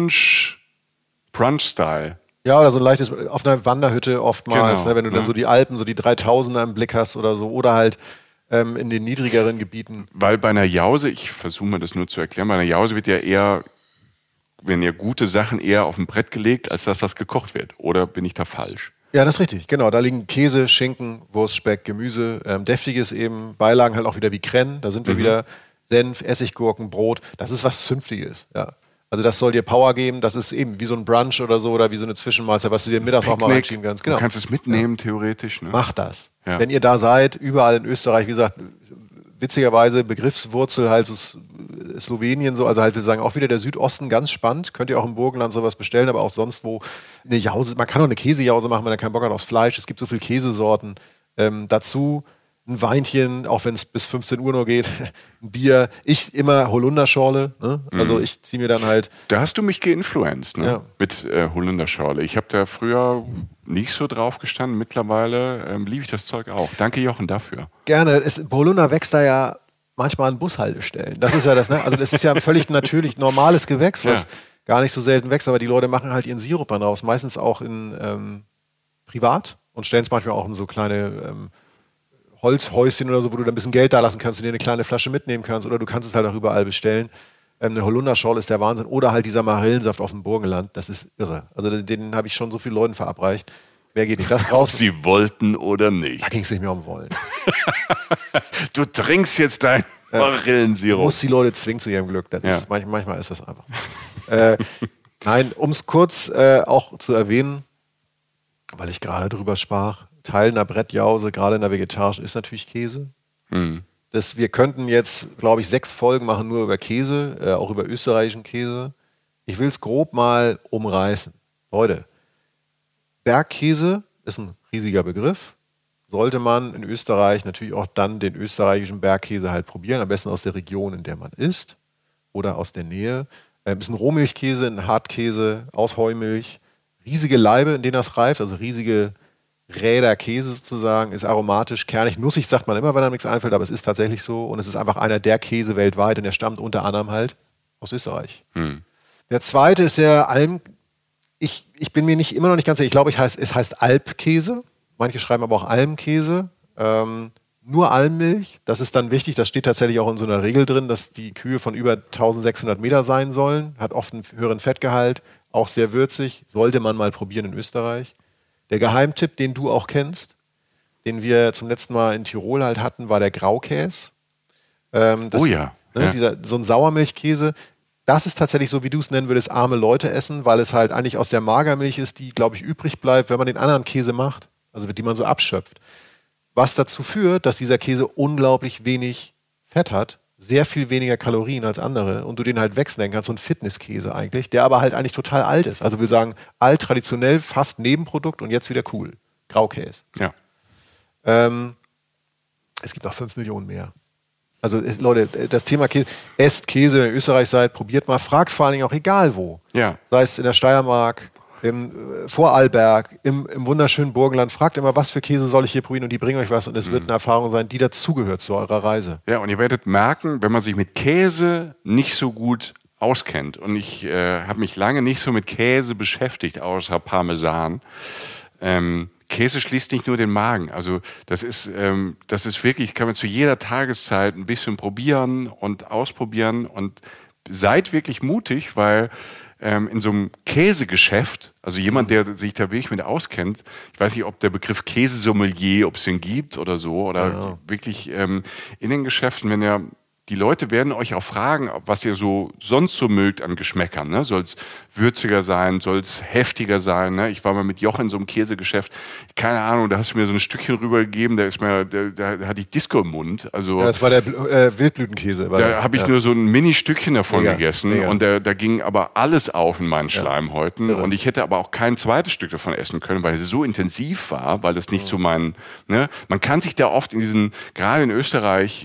Speaker 2: Brunch-Style.
Speaker 3: Ja, oder so ein leichtes, auf einer Wanderhütte oftmals,
Speaker 2: Genau,
Speaker 3: ne, wenn du dann so die Alpen, so die 3000er im Blick hast oder so. Oder halt in den niedrigeren Gebieten.
Speaker 2: Weil bei einer Jause, ich versuche mir das nur zu erklären, bei einer Jause werden ja gute Sachen eher auf ein Brett gelegt, als das, was gekocht wird. Oder bin ich da falsch?
Speaker 3: Ja, das ist richtig. Genau, da liegen Käse, Schinken, Wurst, Speck, Gemüse, deftiges eben, Beilagen halt auch wieder wie Krenn. Da sind wir wieder Senf, Essiggurken, Brot. Das ist was Zünftiges, ja. Also das soll dir Power geben. Das ist eben wie so ein Brunch oder so oder wie so eine Zwischenmahlzeit, was du dir mittags auch mal reinschieben kannst. Genau.
Speaker 2: Du kannst es mitnehmen, theoretisch. Ne?
Speaker 3: Mach das.
Speaker 2: Ja.
Speaker 3: Wenn ihr da seid, überall in Österreich, wie gesagt, witzigerweise Begriffswurzel halt Slowenien so, also halt wir sagen auch wieder der Südosten, ganz spannend, könnt ihr auch im Burgenland sowas bestellen, aber auch sonst wo eine Jause, man kann auch eine Käsejause machen, wenn er keinen Bock hat aufs Fleisch, es gibt so viele Käsesorten, dazu ein Weinchen, auch wenn es bis 15 Uhr nur geht, ein Bier, ich immer Holunderschorle, ne? Also ich ziehe mir dann halt...
Speaker 2: Da hast du mich geinfluenced, ne?
Speaker 3: Ja.
Speaker 2: Mit Holunderschorle. Ich habe da früher nicht so drauf gestanden, mittlerweile liebe ich das Zeug auch. Danke Jochen dafür.
Speaker 3: Gerne, Holunder wächst da ja manchmal an Bushaltestellen. Das ist ja das, ne? Also das ist ja ein völlig natürlich normales Gewächs, was gar nicht so selten wächst, aber die Leute machen halt ihren Sirup dann raus, meistens auch in privat und stellen es manchmal auch in so kleine Holzhäuschen oder so, wo du dann ein bisschen Geld da lassen kannst und dir eine kleine Flasche mitnehmen kannst oder du kannst es halt auch überall bestellen. Eine Holunderschorle ist der Wahnsinn oder halt dieser Marillensaft auf dem Burgenland, das ist irre. Also den habe ich schon so vielen Leuten verabreicht. Wer geht nicht das draußen?
Speaker 2: Ob sie wollten oder nicht.
Speaker 3: Da ging es nicht mehr um Wollen.
Speaker 2: Du trinkst jetzt dein Marillensirup.
Speaker 3: Du musst die Leute zwingen zu ihrem Glück. Das ist, manchmal ist das einfach so. Nein, um es kurz auch zu erwähnen, weil ich gerade drüber sprach, Teil einer Brettjause, gerade in der vegetarischen, ist natürlich Käse. Wir könnten jetzt, glaube ich, 6 Folgen machen nur über Käse, auch über österreichischen Käse. Ich will es grob mal umreißen. Leute, Bergkäse ist ein riesiger Begriff. Sollte man in Österreich natürlich auch dann den österreichischen Bergkäse halt probieren, am besten aus der Region, in der man ist oder aus der Nähe. Ist ein Rohmilchkäse, ein Hartkäse aus Heumilch. Riesige Laibe, in denen das reift, also riesige Räder Käse sozusagen, ist aromatisch, kernig, nussig sagt man immer, wenn einem nichts einfällt, aber es ist tatsächlich so und es ist einfach einer der Käse weltweit und der stammt unter anderem halt aus Österreich. Der zweite ist der Alm. Ich bin mir immer noch nicht ganz sicher, ich glaube, es heißt Alpkäse. Manche schreiben aber auch Almkäse. Nur Almmilch, das ist dann wichtig, das steht tatsächlich auch in so einer Regel drin, dass die Kühe von über 1600 Meter sein sollen, hat oft einen höheren Fettgehalt, auch sehr würzig, sollte man mal probieren in Österreich. Der Geheimtipp, den du auch kennst, den wir zum letzten Mal in Tirol halt hatten, war der Graukäse. So ein Sauermilchkäse. Das ist tatsächlich so, wie du es nennen würdest, arme Leute essen, weil es halt eigentlich aus der Magermilch ist, die, glaube ich, übrig bleibt, wenn man den anderen Käse macht, also die man so abschöpft. Was dazu führt, dass dieser Käse unglaublich wenig Fett hat, sehr viel weniger Kalorien als andere und du den halt wegsnacken kannst, so ein Fitnesskäse eigentlich, der aber halt eigentlich total alt ist. Also will sagen, alt, traditionell, fast Nebenprodukt und jetzt wieder cool. Graukäse.
Speaker 2: Ja.
Speaker 3: Es gibt noch 5 Millionen mehr. Also Leute, das Thema Käse, esst Käse, wenn ihr in Österreich seid, probiert mal, fragt vor allen Dingen auch egal wo.
Speaker 2: Ja.
Speaker 3: Sei es in der Steiermark, im Vorarlberg, im wunderschönen Burgenland, fragt immer, was für Käse soll ich hier probieren und die bringen euch was und es wird eine Erfahrung sein, die dazugehört zu eurer Reise.
Speaker 2: Ja, und ihr werdet merken, wenn man sich mit Käse nicht so gut auskennt und ich habe mich lange nicht so mit Käse beschäftigt, außer Parmesan, Käse schließt nicht nur den Magen. Also das ist wirklich, kann man zu jeder Tageszeit ein bisschen probieren und ausprobieren und seid wirklich mutig, weil in so einem Käsegeschäft, also jemand, der sich da wirklich mit auskennt, ich weiß nicht, ob der Begriff Käsesommelier, ob es den gibt oder so, oder wirklich in den Geschäften, die Leute werden euch auch fragen, was ihr so sonst so mögt an Geschmäckern. Ne? Soll es würziger sein? Soll es heftiger sein? Ne? Ich war mal mit Joch in so einem Käsegeschäft. Keine Ahnung, da hast du mir so ein Stückchen rübergegeben, da hatte ich Disco im Mund. Also,
Speaker 3: ja, das war der Wildblütenkäse.
Speaker 2: Da habe ich nur so ein Mini-Stückchen davon gegessen. Und da ging aber alles auf in meinen Schleimhäuten. Ja. Und ich hätte aber auch kein zweites Stück davon essen können, weil es so intensiv war, weil das nicht so man kann sich da oft gerade in Österreich,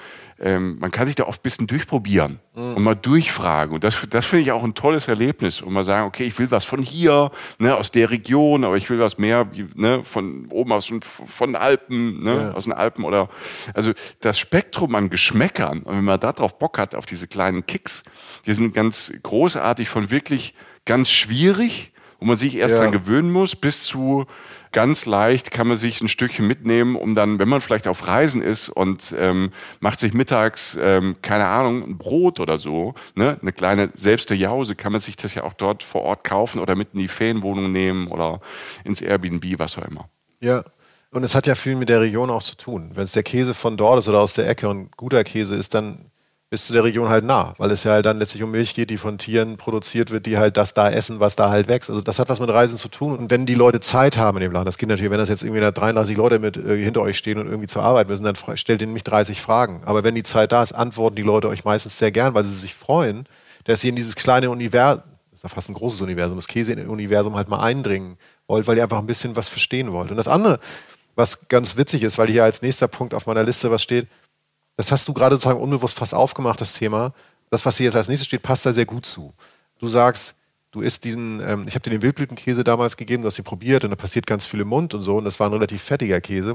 Speaker 2: man kann sich da oft ein bisschen durchprobieren und mal durchfragen. Und das finde ich auch ein tolles Erlebnis. Und mal sagen, okay, ich will was von hier, ne, aus der Region, aber ich will was mehr, ne, von oben von Alpen, ne, aus den Alpen oder, also das Spektrum an Geschmäckern. Und wenn man da drauf Bock hat, auf diese kleinen Kicks, die sind ganz großartig, von wirklich ganz schwierig, wo man sich erst dran gewöhnen muss, bis zu ganz leicht kann man sich ein Stückchen mitnehmen, um dann, wenn man vielleicht auf Reisen ist und macht sich mittags, keine Ahnung, ein Brot oder so, ne, eine kleine selbst eine Jause, kann man sich das ja auch dort vor Ort kaufen oder mit in die Ferienwohnung nehmen oder ins Airbnb, was auch immer.
Speaker 3: Ja, und es hat ja viel mit der Region auch zu tun. Wenn es der Käse von dort ist oder aus der Ecke und guter Käse ist, dann bist du der Region halt nah, weil es ja halt dann letztlich um Milch geht, die von Tieren produziert wird, die halt das da essen, was da halt wächst. Also das hat was mit Reisen zu tun. Und wenn die Leute Zeit haben in dem Land, das geht natürlich, wenn das jetzt irgendwie da 33 Leute mit hinter euch stehen und irgendwie zur Arbeit müssen, dann stellt ihr nämlich 30 Fragen. Aber wenn die Zeit da ist, antworten die Leute euch meistens sehr gern, weil sie sich freuen, dass ihr in dieses kleine Universum, das ist ja fast ein großes Universum, das Käse-Universum halt mal eindringen wollt, weil ihr einfach ein bisschen was verstehen wollt. Und das andere, was ganz witzig ist, weil hier als nächster Punkt auf meiner Liste was steht, das hast du gerade sozusagen unbewusst fast aufgemacht, das Thema. Das, was hier jetzt als nächstes steht, passt da sehr gut zu. Du sagst, du isst ich habe dir den Wildblütenkäse damals gegeben, du hast ihn probiert und da passiert ganz viel im Mund und so und das war ein relativ fettiger Käse.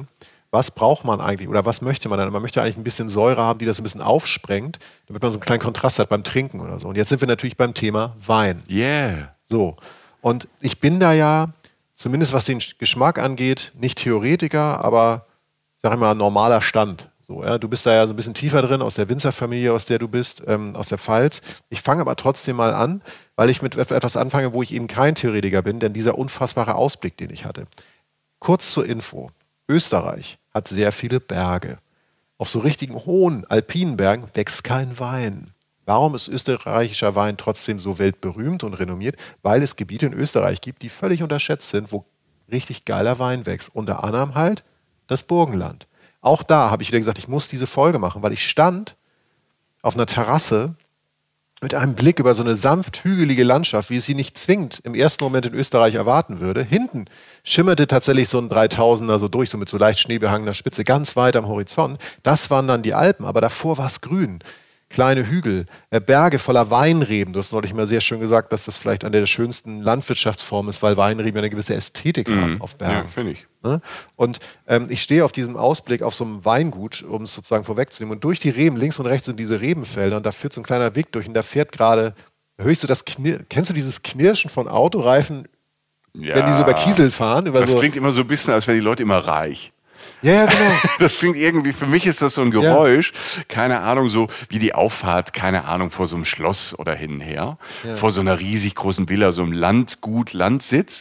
Speaker 3: was braucht man eigentlich oder was möchte man dann? Man möchte eigentlich ein bisschen Säure haben, die das ein bisschen aufsprengt, damit man so einen kleinen Kontrast hat beim Trinken oder so. Und jetzt sind wir natürlich beim Thema Wein.
Speaker 2: Yeah.
Speaker 3: So. Und ich bin da ja, zumindest was den Geschmack angeht, nicht Theoretiker, aber, sag ich mal, normaler Stand. So, ja, du bist da ja so ein bisschen tiefer drin, aus der Winzerfamilie, aus der du bist, aus der Pfalz. Ich fange aber trotzdem mal an, weil ich mit etwas anfange, wo ich eben kein Theoretiker bin, denn dieser unfassbare Ausblick, den ich hatte. Kurz zur Info. Österreich hat sehr viele Berge. Auf so richtigen hohen alpinen Bergen wächst kein Wein. Warum ist österreichischer Wein trotzdem so weltberühmt und renommiert? Weil es Gebiete in Österreich gibt, die völlig unterschätzt sind, wo richtig geiler Wein wächst. Unter anderem halt das Burgenland. Auch da habe ich wieder gesagt, ich muss diese Folge machen, weil ich stand auf einer Terrasse mit einem Blick über so eine sanft hügelige Landschaft, wie es sie nicht zwingend im ersten Moment in Österreich erwarten würde. Hinten schimmerte tatsächlich so ein 3000er so durch, so mit so leicht schneebehangener Spitze, ganz weit am Horizont. Das waren dann die Alpen, aber davor war es grün. Kleine Hügel, Berge voller Weinreben. Du hast neulich mal sehr schön gesagt, dass das vielleicht eine der schönsten Landwirtschaftsformen ist, weil Weinreben eine gewisse Ästhetik haben auf Bergen.
Speaker 2: Ja, finde ich.
Speaker 3: Und ich stehe auf diesem Ausblick auf so einem Weingut, um es sozusagen vorwegzunehmen. Und durch die Reben, links und rechts sind diese Rebenfelder und da führt so ein kleiner Weg durch und da fährt gerade, da höre ich so das kennst du dieses Knirschen von Autoreifen,
Speaker 2: Ja.
Speaker 3: wenn die so über Kiesel fahren? Über
Speaker 2: Das
Speaker 3: so,
Speaker 2: klingt immer so ein bisschen, als wären die Leute immer reich.
Speaker 3: ja, genau.
Speaker 2: Das klingt irgendwie, für mich ist das so ein Geräusch, keine Ahnung, so wie die Auffahrt, keine Ahnung, vor so einem Schloss oder hin und her, vor so einer riesig großen Villa, so einem Landgut, Landsitz.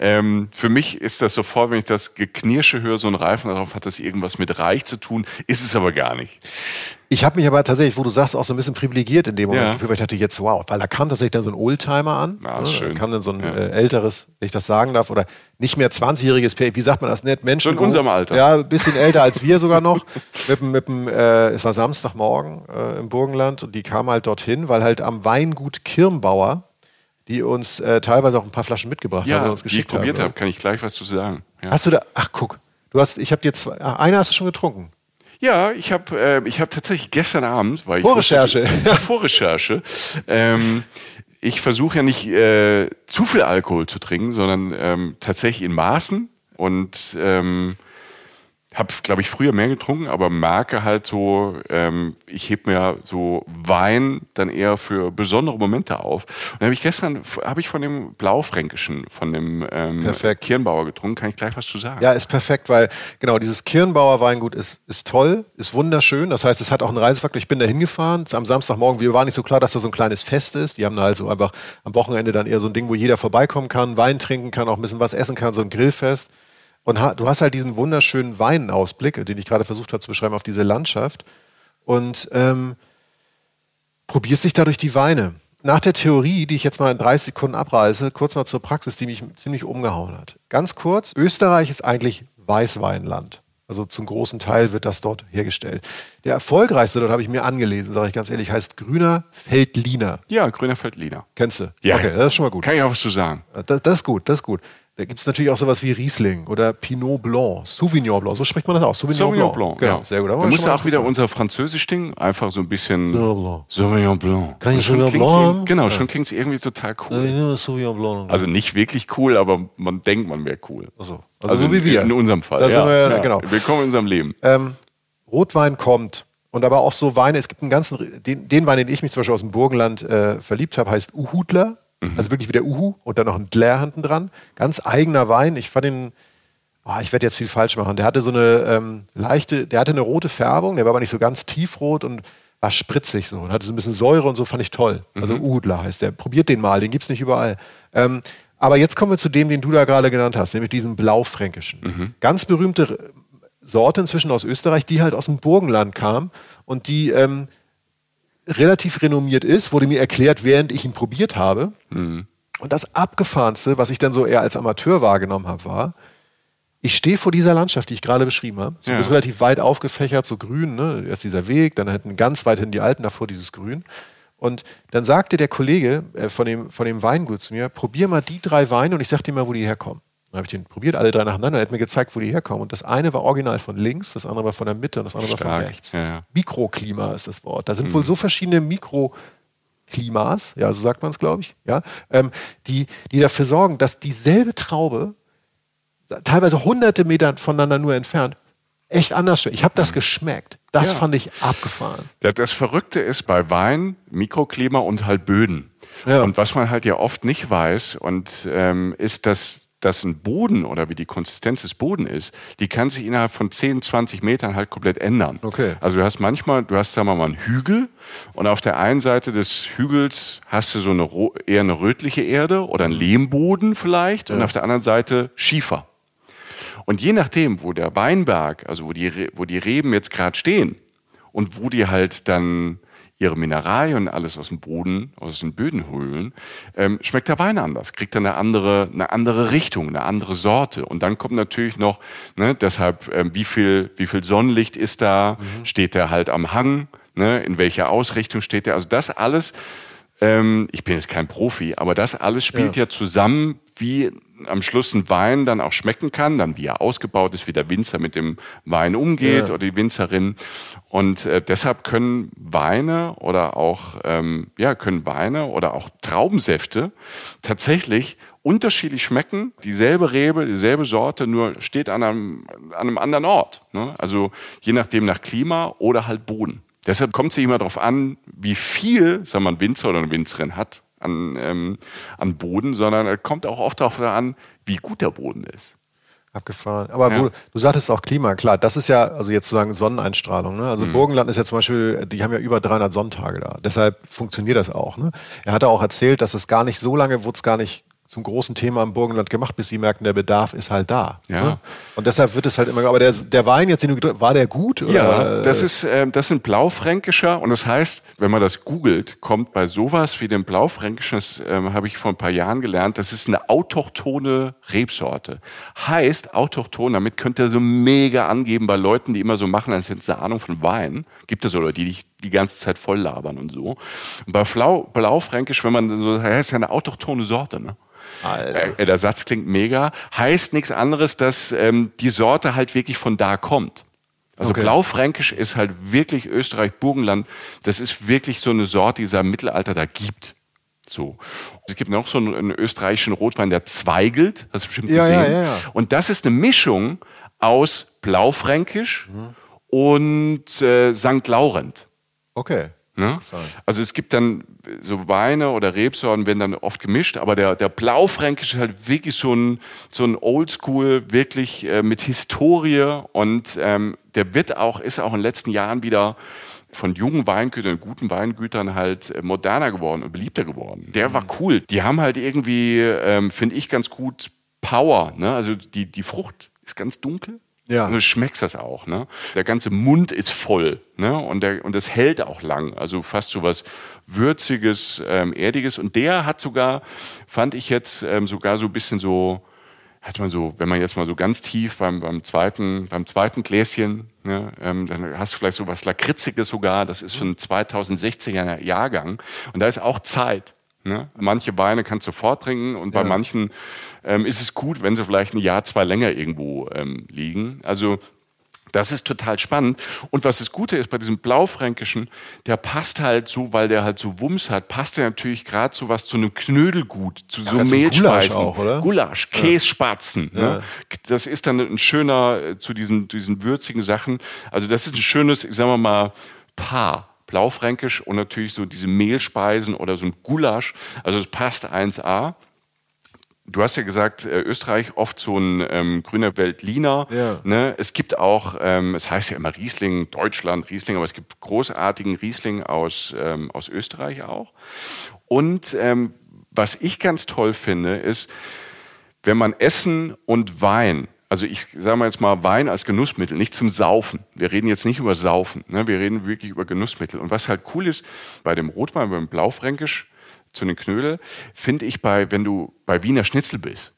Speaker 2: Für mich ist das sofort, wenn ich das Geknirsche höre, so ein Reifen, darauf hat das irgendwas mit reich zu tun, ist es aber gar nicht.
Speaker 3: Ich habe mich aber tatsächlich, wo du sagst, auch so ein bisschen privilegiert in dem Moment
Speaker 2: Ja.
Speaker 3: gefühlt, weil ich dachte, jetzt wow, weil da kam tatsächlich dann so ein Oldtimer an.
Speaker 2: Ja, ist schön.
Speaker 3: Da kam dann so ein älteres, wenn ich das sagen darf, oder nicht mehr 20-jähriges, wie sagt man das nett, Menschen.
Speaker 2: So in unserem Alter.
Speaker 3: Ja, ein bisschen älter als wir sogar noch. Es war Samstagmorgen im Burgenland und die kamen halt dorthin, weil halt am Weingut Kirnbauer, die uns teilweise auch ein paar Flaschen mitgebracht haben und uns
Speaker 2: die ich
Speaker 3: geschickt haben.
Speaker 2: probiert habe, kann ich gleich was zu sagen. Ja.
Speaker 3: Hast du da, ach guck, ich habe dir eine hast du schon getrunken.
Speaker 2: Ja, ich hab tatsächlich gestern Abend, weil
Speaker 3: Vorrecherche.
Speaker 2: Vorrecherche. Ich versuche ja nicht zu viel Alkohol zu trinken, sondern tatsächlich in Maßen und habe, glaube ich, früher mehr getrunken, aber merke halt so, ich heb mir so Wein dann eher für besondere Momente auf. Und dann habe ich von dem Blaufränkischen, von dem Kirnbauer getrunken, kann ich gleich was zu sagen.
Speaker 3: Ja, ist perfekt, weil genau dieses Kirnbauer Weingut ist toll, ist wunderschön. Das heißt, es hat auch einen Reisefaktor. Ich bin da hingefahren am Samstagmorgen. Wir waren nicht so klar, dass da so ein kleines Fest ist. Die haben da also einfach am Wochenende dann eher so ein Ding, wo jeder vorbeikommen kann, Wein trinken kann, auch ein bisschen was essen kann, so ein Grillfest. Und du hast halt diesen wunderschönen Weinausblick, den ich gerade versucht habe zu beschreiben, auf diese Landschaft. Und probierst dich dadurch die Weine. Nach der Theorie, die ich jetzt mal in 30 Sekunden abreiße, kurz mal zur Praxis, die mich ziemlich umgehauen hat. Ganz kurz, Österreich ist eigentlich Weißweinland. Also zum großen Teil wird das dort hergestellt. Der erfolgreichste, dort habe ich mir angelesen, sage ich ganz ehrlich, heißt Grüner Veltliner.
Speaker 2: Ja, Grüner Veltliner.
Speaker 3: Kennst du?
Speaker 2: Ja.
Speaker 3: Okay, das ist schon mal gut.
Speaker 2: Kann ich auch was zu sagen.
Speaker 3: Das ist gut, das ist gut. Da gibt es natürlich auch sowas wie Riesling oder Pinot Blanc, Sauvignon Blanc, so spricht man das aus.
Speaker 2: Sauvignon Blanc,
Speaker 3: genau,
Speaker 2: ja.
Speaker 3: sehr gut.
Speaker 2: Da musst du auch wieder unser Französisch-Ding, einfach so ein bisschen Sauvignon Blanc.
Speaker 3: Kann ich
Speaker 2: schon
Speaker 3: Sauvignon Blanc?
Speaker 2: Genau,
Speaker 3: Ja.
Speaker 2: schon klingt es irgendwie total cool.
Speaker 3: Ja, Sauvignon Blanc.
Speaker 2: Also nicht wirklich cool, aber man denkt, man wäre cool.
Speaker 3: Also so wie wir.
Speaker 2: In unserem Fall.
Speaker 3: Da sind wir,
Speaker 2: ja.
Speaker 3: genau.
Speaker 2: Willkommen in unserem Leben.
Speaker 3: Rotwein kommt. Und aber auch so Weine, es gibt einen ganzen, den Wein, den ich mich zum Beispiel aus dem Burgenland verliebt habe, heißt Uhudler. Also wirklich wie der Uhu und dann noch ein Dler hinten dran. Ganz eigener Wein. Ich fand den, ich werde jetzt viel falsch machen. Der hatte so eine der hatte eine rote Färbung, der war aber nicht so ganz tiefrot und war spritzig so und hatte so ein bisschen Säure und so, fand ich toll. Also Uhudler heißt der. Probiert den mal, den gibt's nicht überall. Aber jetzt kommen wir zu dem, den du da gerade genannt hast, nämlich diesen Blaufränkischen. Ganz berühmte Sorte inzwischen aus Österreich, die halt aus dem Burgenland kam und die relativ renommiert ist, wurde mir erklärt, während ich ihn probiert habe. Und das Abgefahrenste, was ich dann so eher als Amateur wahrgenommen habe, war, ich stehe vor dieser Landschaft, die ich gerade beschrieben habe. So ist relativ weit aufgefächert, so grün, ne? Erst dieser Weg, dann hinten ganz weit hin die Alpen, davor dieses Grün. Und dann sagte der Kollege von dem Weingut zu mir, probier mal die 3 Weine und ich sag dir mal, wo die herkommen. Dann habe ich den probiert, alle 3 nacheinander. Er hat mir gezeigt, wo die herkommen. Und das eine war original von links, das andere war von der Mitte und das andere war von rechts.
Speaker 2: Ja.
Speaker 3: Mikroklima ist das Wort. Da sind wohl so verschiedene Mikroklimas, ja, so sagt man es, glaube ich, ja, die dafür sorgen, dass dieselbe Traube, teilweise hunderte Meter voneinander nur entfernt, echt anders schmeckt. Ich habe das geschmeckt. Das fand ich abgefahren.
Speaker 2: Das Verrückte ist bei Wein, Mikroklima und halt Böden. Ja. Und was man halt ja oft nicht weiß, ist, dass ein Boden oder wie die Konsistenz des Bodens ist, die kann sich innerhalb von 10, 20 Metern halt komplett ändern.
Speaker 3: Okay.
Speaker 2: Also du hast, sagen wir mal, einen Hügel und auf der einen Seite des Hügels hast du so eher eine rötliche Erde oder einen Lehmboden vielleicht und auf der anderen Seite Schiefer. Und je nachdem, wo der Weinberg, also wo die Reben jetzt gerade stehen und wo die halt dann ihre Mineralien und alles aus den Böden holen, schmeckt der Wein anders, kriegt dann eine andere Richtung, eine andere Sorte. Und dann kommt natürlich noch, deshalb, wie viel Sonnenlicht ist da, steht der halt am Hang, in welcher Ausrichtung steht der, also das alles, ich bin jetzt kein Profi, aber das alles spielt ja zusammen, wie am Schluss ein Wein dann auch schmecken kann, dann wie er ausgebaut ist, wie der Winzer mit dem Wein umgeht oder die Winzerin. Und deshalb können Weine oder auch Traubensäfte tatsächlich unterschiedlich schmecken. Dieselbe Rebe, dieselbe Sorte, nur steht an einem anderen Ort. Ne? Also je nachdem nach Klima oder halt Boden. Deshalb kommt es nicht immer darauf an, wie viel, sagen wir, ein Winzer oder eine Winzerin hat an Boden, sondern es kommt auch oft darauf an, wie gut der Boden ist.
Speaker 3: Abgefahren. Aber du sagtest auch Klima, klar, das ist ja, also jetzt sozusagen Sonneneinstrahlung. Ne? Also Burgenland ist ja zum Beispiel, die haben ja über 300 Sonnentage da. Deshalb funktioniert das auch. Ne? Er hatte auch erzählt, dass es gar nicht so lange, wurde es gar nicht zum großen Thema im Burgenland gemacht, bis sie merkten, der Bedarf ist halt da. Ja. Ne? Und deshalb wird es halt immer, aber der Wein jetzt, war der gut? Oder?
Speaker 2: Ja, das ist ein Blaufränkischer und das heißt, wenn man das googelt, kommt bei sowas wie dem Blaufränkischen, das habe ich vor ein paar Jahren gelernt, das ist eine autochthone Rebsorte. Heißt autochthon, damit könnt ihr so mega angeben bei Leuten, die immer so machen, als hätten sie eine Ahnung von Wein. Gibt es oder die dich die ganze Zeit voll labern und so. Und bei Blaufränkisch, wenn man so, das ist ja eine autochthone Sorte, ne?
Speaker 3: Alter.
Speaker 2: Der Satz klingt mega. Heißt nichts anderes, dass die Sorte halt wirklich von da kommt. Also Blaufränkisch ist halt wirklich Österreich-Burgenland. Das ist wirklich so eine Sorte, die es im Mittelalter da gibt. So. Es gibt noch so einen österreichischen Rotwein, der Zweigelt. Hast du bestimmt gesehen.
Speaker 3: Ja.
Speaker 2: Und das ist eine Mischung aus Blaufränkisch und St. Laurent.
Speaker 3: Okay.
Speaker 2: Ne? Also es gibt dann so Weine oder Rebsorten werden dann oft gemischt, aber der Blaufränkisch ist halt wirklich so ein Oldschool, wirklich mit Historie und der ist auch in den letzten Jahren wieder von jungen Weingütern, guten Weingütern halt moderner geworden und beliebter geworden. Der war cool. Die haben halt irgendwie, finde ich ganz gut, Power. Ne? Also die Frucht ist ganz dunkel.
Speaker 3: Ja.
Speaker 2: Und du schmeckst das auch, ne? Der ganze Mund ist voll, ne? Und das hält auch lang. Also fast so was Würziges, Erdiges. Und der hat sogar, fand ich jetzt, sogar so ein bisschen so, hat man so, wenn man jetzt mal so ganz tief beim zweiten Gläschen, ne, dann hast du vielleicht so was Lakritziges sogar. Das ist von 2016er Jahrgang. Und da ist auch Zeit. Ne? Manche Weine kannst du sofort trinken und bei manchen ist es gut, wenn sie vielleicht ein Jahr, 2 länger irgendwo liegen. Also das ist total spannend. Und was das Gute ist bei diesem Blaufränkischen, der passt halt so, weil der halt so Wumms hat, passt der natürlich gerade so was zu einem Knödelgut, zu so Mehlspeisen.
Speaker 3: Gulasch auch, oder?
Speaker 2: Gulasch, Kässpatzen. Ja. Ne? Das ist dann ein schöner, zu diesen würzigen Sachen. Also das ist ein schönes, ich sag mal, Paar. Blaufränkisch und natürlich so diese Mehlspeisen oder so ein Gulasch. Also das passt 1A. Du hast ja gesagt, Österreich oft so ein grüner Veltliner.
Speaker 3: Ja.
Speaker 2: Ne? Es gibt auch, es heißt ja immer Riesling, Deutschland, Riesling, aber es gibt großartigen Riesling aus Österreich auch. Und was ich ganz toll finde, ist, wenn man Essen und Wein, also ich sage mal jetzt mal Wein als Genussmittel, nicht zum Saufen. Wir reden jetzt nicht über Saufen, ne? Wir reden wirklich über Genussmittel. Und was halt cool ist, bei dem Rotwein, beim Blaufränkisch zu den Knödel, finde ich wenn du bei Wiener Schnitzel bist.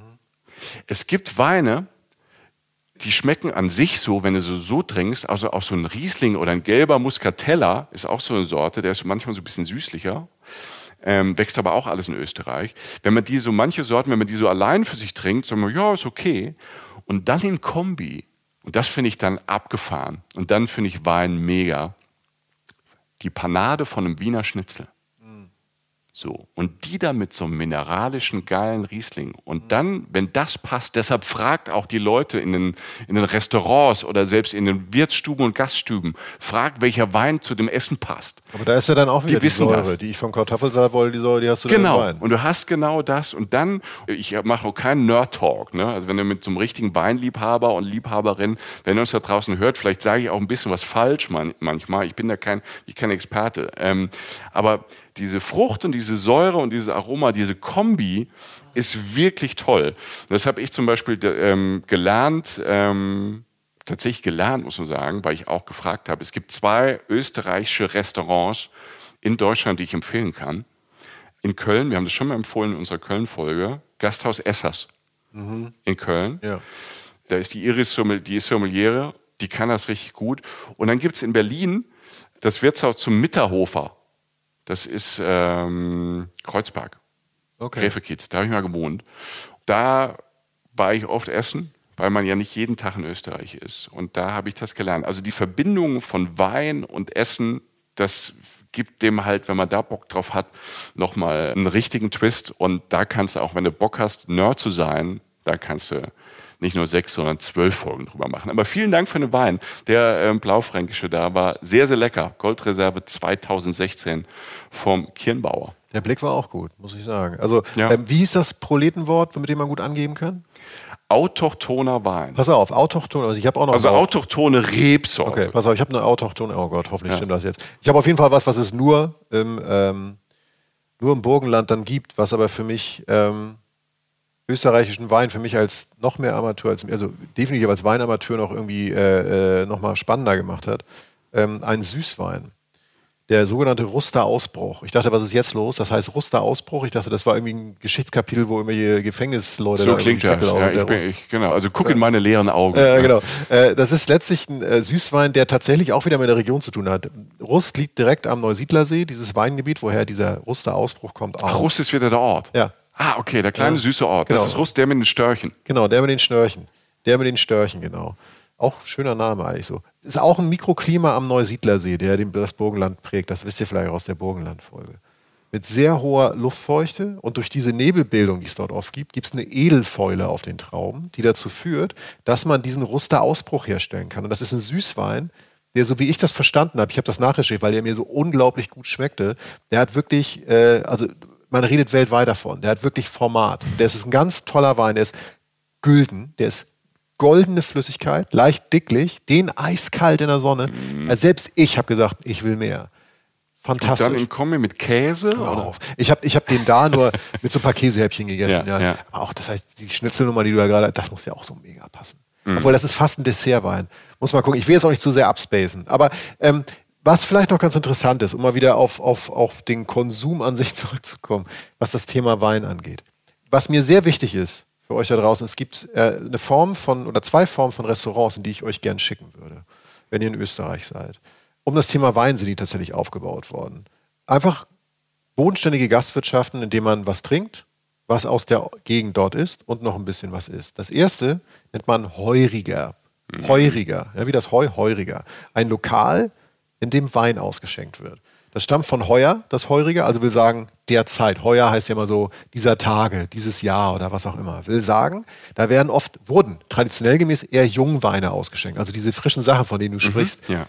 Speaker 2: Es gibt Weine, die schmecken an sich so, wenn du so trinkst, also auch so ein Riesling oder ein gelber Muscatella ist auch so eine Sorte, der ist manchmal so ein bisschen süßlicher. Wächst aber auch alles in Österreich. Wenn man manche Sorten, wenn man die so allein für sich trinkt, sagen wir, ja, ist okay. Und dann in Kombi, und das finde ich dann abgefahren, und dann finde ich Wein mega, die Panade von einem Wiener Schnitzel. So, und die dann mit so einem mineralischen, geilen Riesling. Und dann, wenn das passt, deshalb fragt auch die Leute in den Restaurants oder selbst in den Wirtsstuben und Gaststuben, fragt, welcher Wein zu dem Essen passt.
Speaker 3: Aber da ist ja dann auch wieder die Säure,
Speaker 2: das.
Speaker 3: die ich vom Kartoffelsalat wollte, die Säure, die hast du dann im Wein.
Speaker 2: Genau, und du hast genau das. Und dann, ich mache auch keinen Nerd-Talk, ne? Also wenn du mit so einem richtigen Weinliebhaber und Liebhaberin, wenn ihr uns da draußen hört, vielleicht sage ich auch ein bisschen was falsch manchmal, ich bin da kein Experte. Aber diese Frucht und diese Säure und dieses Aroma, diese Kombi ist wirklich toll. Das habe ich zum Beispiel gelernt, tatsächlich gelernt, muss man sagen, weil ich auch gefragt habe. Es gibt 2 österreichische Restaurants in Deutschland, die ich empfehlen kann. In Köln, wir haben das schon mal empfohlen in unserer Köln-Folge, Gasthaus Essers in Köln. Ja. Da ist die Iris, die Sommeliere, die kann das richtig gut. Und dann gibt es in Berlin das Wirtshaus zum Mitterhofer. Das ist Kreuzberg, Gräfekiez, da habe ich mal gewohnt. Da war ich oft essen, weil man ja nicht jeden Tag in Österreich ist. Und da habe ich das gelernt. Also die Verbindung von Wein und Essen, das gibt dem halt, wenn man da Bock drauf hat, nochmal einen richtigen Twist. Und da kannst du auch, wenn du Bock hast, Nerd zu sein, da kannst du nicht nur 6, sondern 12 Folgen drüber machen. Aber vielen Dank für den Wein. Der Blaufränkische da war sehr, sehr lecker. Goldreserve 2016 vom Kirnbauer.
Speaker 3: Der Blick war auch gut, muss ich sagen. Also, wie hieß das Proletenwort, mit dem man gut angeben kann?
Speaker 2: Autochthoner Wein.
Speaker 3: Pass auf, autochthon, also ich habe auch noch...
Speaker 2: Also autochthone Rebsorte.
Speaker 3: Okay, pass auf, ich habe eine autochthone, oh Gott, hoffentlich stimmt das jetzt. Ich habe auf jeden Fall was es nur im Burgenland dann gibt, was aber für mich... österreichischen Wein für mich als noch mehr Amateur, also definitiv als Weinamateur noch irgendwie noch mal spannender gemacht hat, ein Süßwein. Der sogenannte Ruster-Ausbruch. Ich dachte, was ist jetzt los? Das heißt Ruster-Ausbruch. Ich dachte, das war irgendwie ein Geschichtskapitel, wo irgendwelche Gefängnisleute...
Speaker 2: So klingt das. Ja, genau. Also guck in meine leeren Augen.
Speaker 3: Genau. Das ist letztlich ein Süßwein, der tatsächlich auch wieder mit der Region zu tun hat. Rust liegt direkt am Neusiedlersee, dieses Weingebiet, woher dieser Ruster-Ausbruch kommt.
Speaker 2: Ach, Rust ist wieder der Ort?
Speaker 3: Ja.
Speaker 2: Ah, okay, der kleine süße Ort. Genau. Das ist Rust, der mit den Störchen.
Speaker 3: Genau, der mit den Störchen. Der mit den Störchen, genau. Auch schöner Name eigentlich so. Ist auch ein Mikroklima am Neusiedlersee, der das Burgenland prägt. Das wisst ihr vielleicht aus der Burgenland-Folge. Mit sehr hoher Luftfeuchte und durch diese Nebelbildung, die es dort oft gibt, gibt es eine Edelfäule auf den Trauben, die dazu führt, dass man diesen Ruster-Ausbruch herstellen kann. Und das ist ein Süßwein, der, so wie ich das verstanden habe, ich habe das nachrecherchiert, weil der mir so unglaublich gut schmeckte, der hat wirklich, man redet weltweit davon, der hat wirklich Format. Der ist ein ganz toller Wein, der ist gülden, der ist goldene Flüssigkeit, leicht dicklich, den eiskalt in der Sonne. Also selbst ich habe gesagt, ich will mehr. Fantastisch.
Speaker 2: Und dann in Kombi mit Käse?
Speaker 3: Wow. Ich hab den da nur mit so ein paar Käsehäppchen gegessen. Ja. Aber auch, das heißt, die Schnitzelnummer, die du da gerade, das muss ja auch so mega passen. Obwohl, das ist fast ein Dessertwein. Muss mal gucken. Ich will jetzt auch nicht zu sehr abspacen. Aber was vielleicht noch ganz interessant ist, um mal wieder auf den Konsum an sich zurückzukommen, was das Thema Wein angeht. Was mir sehr wichtig ist für euch da draußen, es gibt eine Form von, oder 2 Formen von Restaurants, in die ich euch gern schicken würde, wenn ihr in Österreich seid. Um das Thema Wein sind die tatsächlich aufgebaut worden. Einfach bodenständige Gastwirtschaften, in denen man was trinkt, was aus der Gegend dort ist und noch ein bisschen was isst. Das erste nennt man Heuriger. Heuriger, ja, wie das Heuriger. Ein Lokal, in dem Wein ausgeschenkt wird. Das stammt von Heuer, das Heuriger, also will sagen, der Zeit. Heuer heißt ja immer so, dieser Tage, dieses Jahr oder was auch immer. Will sagen, da wurden traditionell gemäß eher Jungweine ausgeschenkt. Also diese frischen Sachen, von denen du sprichst.
Speaker 2: Ja.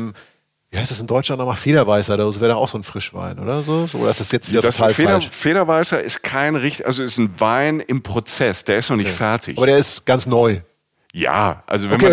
Speaker 3: Wie heißt das in Deutschland nochmal? Federweißer, das wäre da auch so ein Frischwein, oder so? Oder ist das jetzt wieder total falsch?
Speaker 2: Federweißer ist kein ist ein Wein im Prozess, der ist noch nicht fertig.
Speaker 3: Aber der ist ganz neu.
Speaker 2: Ja, also wenn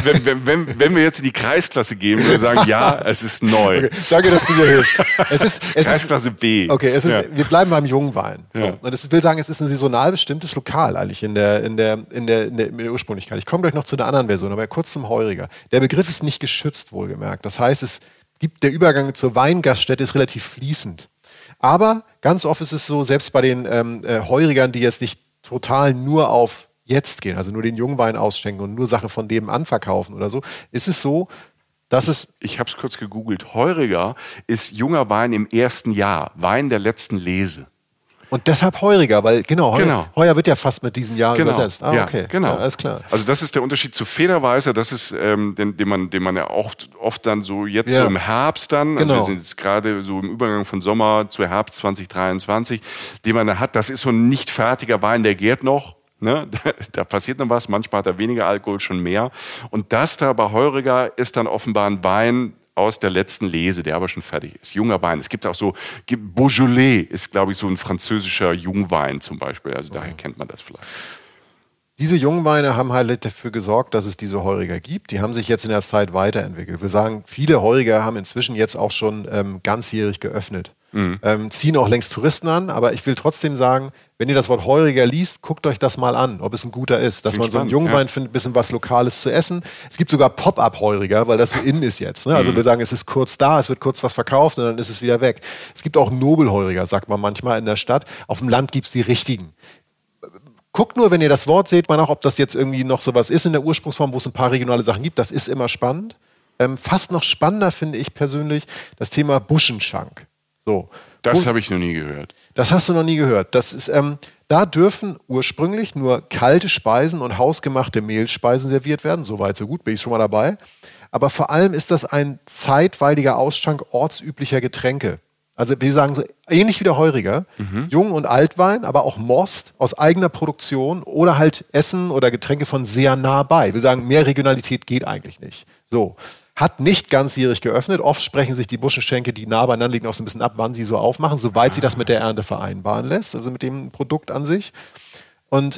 Speaker 2: wir jetzt in die Kreisklasse gehen, würde ich sagen, ja, es ist neu.
Speaker 3: Okay, danke, dass du mir hilfst.
Speaker 2: Kreisklasse B.
Speaker 3: Okay, wir bleiben beim Jungwein. So. Ja. Und das will sagen, es ist ein saisonal bestimmtes Lokal eigentlich in der Ursprünglichkeit. Ich komme gleich noch zu einer anderen Version, aber kurz zum Heuriger. Der Begriff ist nicht geschützt, wohlgemerkt. Das heißt, der Übergang zur Weingaststätte ist relativ fließend. Aber ganz oft ist es so, selbst bei den Heurigern, die jetzt nicht total nur auf jetzt gehen, also nur den Jungwein ausschenken und nur Sachen von dem anverkaufen oder so, ist es so, dass es...
Speaker 2: Ich habe es kurz gegoogelt. Heuriger ist junger Wein im ersten Jahr, Wein der letzten Lese.
Speaker 3: Und deshalb Heuriger, weil Heuer wird ja fast mit diesem Jahr übersetzt.
Speaker 2: Ja,
Speaker 3: okay.
Speaker 2: Genau.
Speaker 3: Ja, alles klar.
Speaker 2: Also das ist der Unterschied zu Federweißer, das ist, den man ja oft dann so jetzt so im Herbst dann, also wir sind jetzt gerade so im Übergang von Sommer zu Herbst 2023, den man da hat, das ist so ein nicht fertiger Wein, der gärt noch. Ne? Da passiert noch was, manchmal hat er weniger Alkohol, schon mehr. Und das da bei Heuriger ist dann offenbar ein Wein aus der letzten Lese, der aber schon fertig ist. Junger Wein. Es gibt auch so, Beaujolais ist, glaube ich, so ein französischer Jungwein zum Beispiel. Also daher kennt man das vielleicht.
Speaker 3: Diese Jungweine haben halt dafür gesorgt, dass es diese Heuriger gibt. Die haben sich jetzt in der Zeit weiterentwickelt. Wir sagen, viele Heuriger haben inzwischen jetzt auch schon ganzjährig geöffnet. Ziehen auch längst Touristen an, aber ich will trotzdem sagen, wenn ihr das Wort Heuriger liest, guckt euch das mal an, ob es ein guter ist. Dass man so einen Jungwein findet, ein bisschen was Lokales zu essen. Es gibt sogar Pop-Up-Heuriger, weil das so in ist jetzt. Ne? Also wir sagen, es ist kurz da, es wird kurz was verkauft und dann ist es wieder weg. Es gibt auch Nobelheuriger, sagt man manchmal in der Stadt. Auf dem Land gibt es die richtigen. Guckt nur, wenn ihr das Wort seht, mal nach, ob das jetzt irgendwie noch sowas ist in der Ursprungsform, wo es ein paar regionale Sachen gibt. Das ist immer spannend. Fast noch spannender finde ich persönlich das Thema Buschenschank. So.
Speaker 2: Das habe ich noch nie gehört.
Speaker 3: Das hast du noch nie gehört. Das ist, da dürfen ursprünglich nur kalte Speisen und hausgemachte Mehlspeisen serviert werden. So weit, so gut, bin ich schon mal dabei. Aber vor allem ist das ein zeitweiliger Ausschank ortsüblicher Getränke. Also wir sagen so ähnlich wie der Heuriger, Jung- und Altwein, aber auch Most aus eigener Produktion oder halt Essen oder Getränke von sehr nah bei. Wir sagen, mehr Regionalität geht eigentlich nicht. So. Hat nicht ganzjährig geöffnet. Oft sprechen sich die Buschenschenke, die nah beieinander liegen, auch so ein bisschen ab, wann sie so aufmachen, soweit sie das mit der Ernte vereinbaren lässt, also mit dem Produkt an sich. Und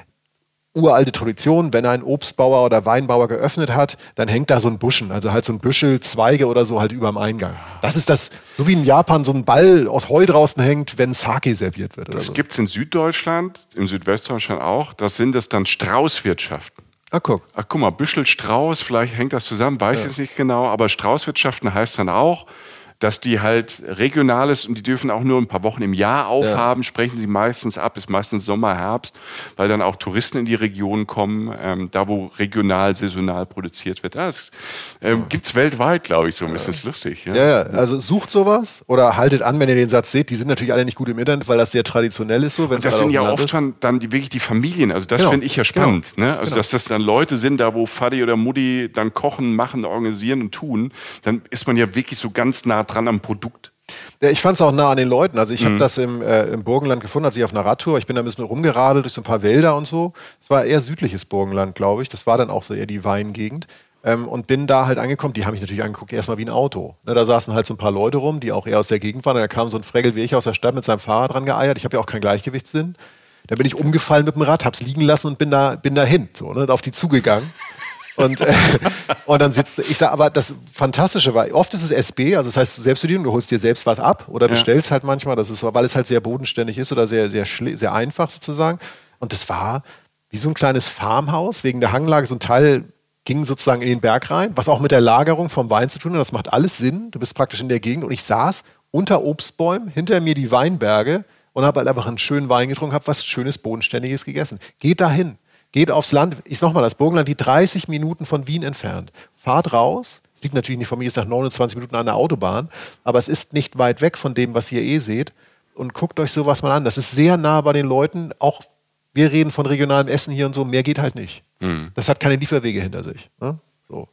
Speaker 3: uralte Tradition, wenn ein Obstbauer oder Weinbauer geöffnet hat, dann hängt da so ein Buschen, also halt so ein Büschel, Zweige oder so halt über dem Eingang. Das ist das, so wie in Japan so ein Ball aus Heu draußen hängt, wenn Sake serviert wird. Oder
Speaker 2: das
Speaker 3: so.
Speaker 2: Gibt es in Süddeutschland, im Südwestdeutschland auch. Das sind das dann Straußwirtschaften. Guck mal, Büschel, Strauß, vielleicht hängt das zusammen, weiß ich es nicht genau, aber Straußwirtschaften heißt dann auch, dass die halt regionales und die dürfen auch nur ein paar Wochen im Jahr aufhaben, sprechen sie meistens ab, ist meistens Sommer, Herbst, weil dann auch Touristen in die Region kommen, da wo regional, saisonal produziert wird. Das gibt's weltweit, glaube ich, so ein bisschen, ist lustig.
Speaker 3: Ja, also sucht sowas oder haltet an, wenn ihr den Satz seht, die sind natürlich alle nicht gut im Internet, weil das sehr traditionell ist so.
Speaker 2: Das sind ja oft dann wirklich die Familien, also das finde ich ja spannend, ne? Also dass das dann Leute sind, da wo Vati oder Mutti dann kochen, machen, organisieren und tun, dann ist man ja wirklich so ganz nah dran am Produkt.
Speaker 3: Ja, ich fand es auch nah an den Leuten. Also ich habe das im Burgenland gefunden, als ich auf einer Radtour, ich bin da ein bisschen rumgeradelt durch so ein paar Wälder und so. Es war eher südliches Burgenland, glaube ich. Das war dann auch so eher die Weingegend. Und bin da halt angekommen, die haben mich natürlich angeguckt, erstmal wie ein Auto. Ne, da saßen halt so ein paar Leute rum, die auch eher aus der Gegend waren. Und da kam so ein Fregel wie ich aus der Stadt mit seinem Fahrrad dran geeiert. Ich habe ja auch keinen Gleichgewichtssinn. Da bin ich umgefallen mit dem Rad, hab's liegen lassen und bin da hin, so, ne, auf die zugegangen. Und dann sitzt, ich sag, aber das Fantastische war, oft ist es SB, also das heißt Selbstbedienung, du holst dir selbst was ab oder bestellst halt manchmal, das ist, weil es halt sehr bodenständig ist oder sehr, sehr, sehr einfach sozusagen. Und das war wie so ein kleines Farmhaus, wegen der Hanglage, so ein Teil ging sozusagen in den Berg rein, was auch mit der Lagerung vom Wein zu tun hat, das macht alles Sinn, du bist praktisch in der Gegend und ich saß unter Obstbäumen, hinter mir die Weinberge und habe halt einfach einen schönen Wein getrunken, habe was Schönes, Bodenständiges gegessen. Geht dahin. Geht aufs Land, ich sag mal, das Burgenland liegt 30 Minuten von Wien entfernt. Fahrt raus, es liegt natürlich nicht von mir, es ist nach 29 Minuten an der Autobahn, aber es ist nicht weit weg von dem, was ihr seht und guckt euch sowas mal an. Das ist sehr nah bei den Leuten, auch wir reden von regionalem Essen hier und so, mehr geht halt nicht. Das hat keine Lieferwege hinter sich. Ne? So.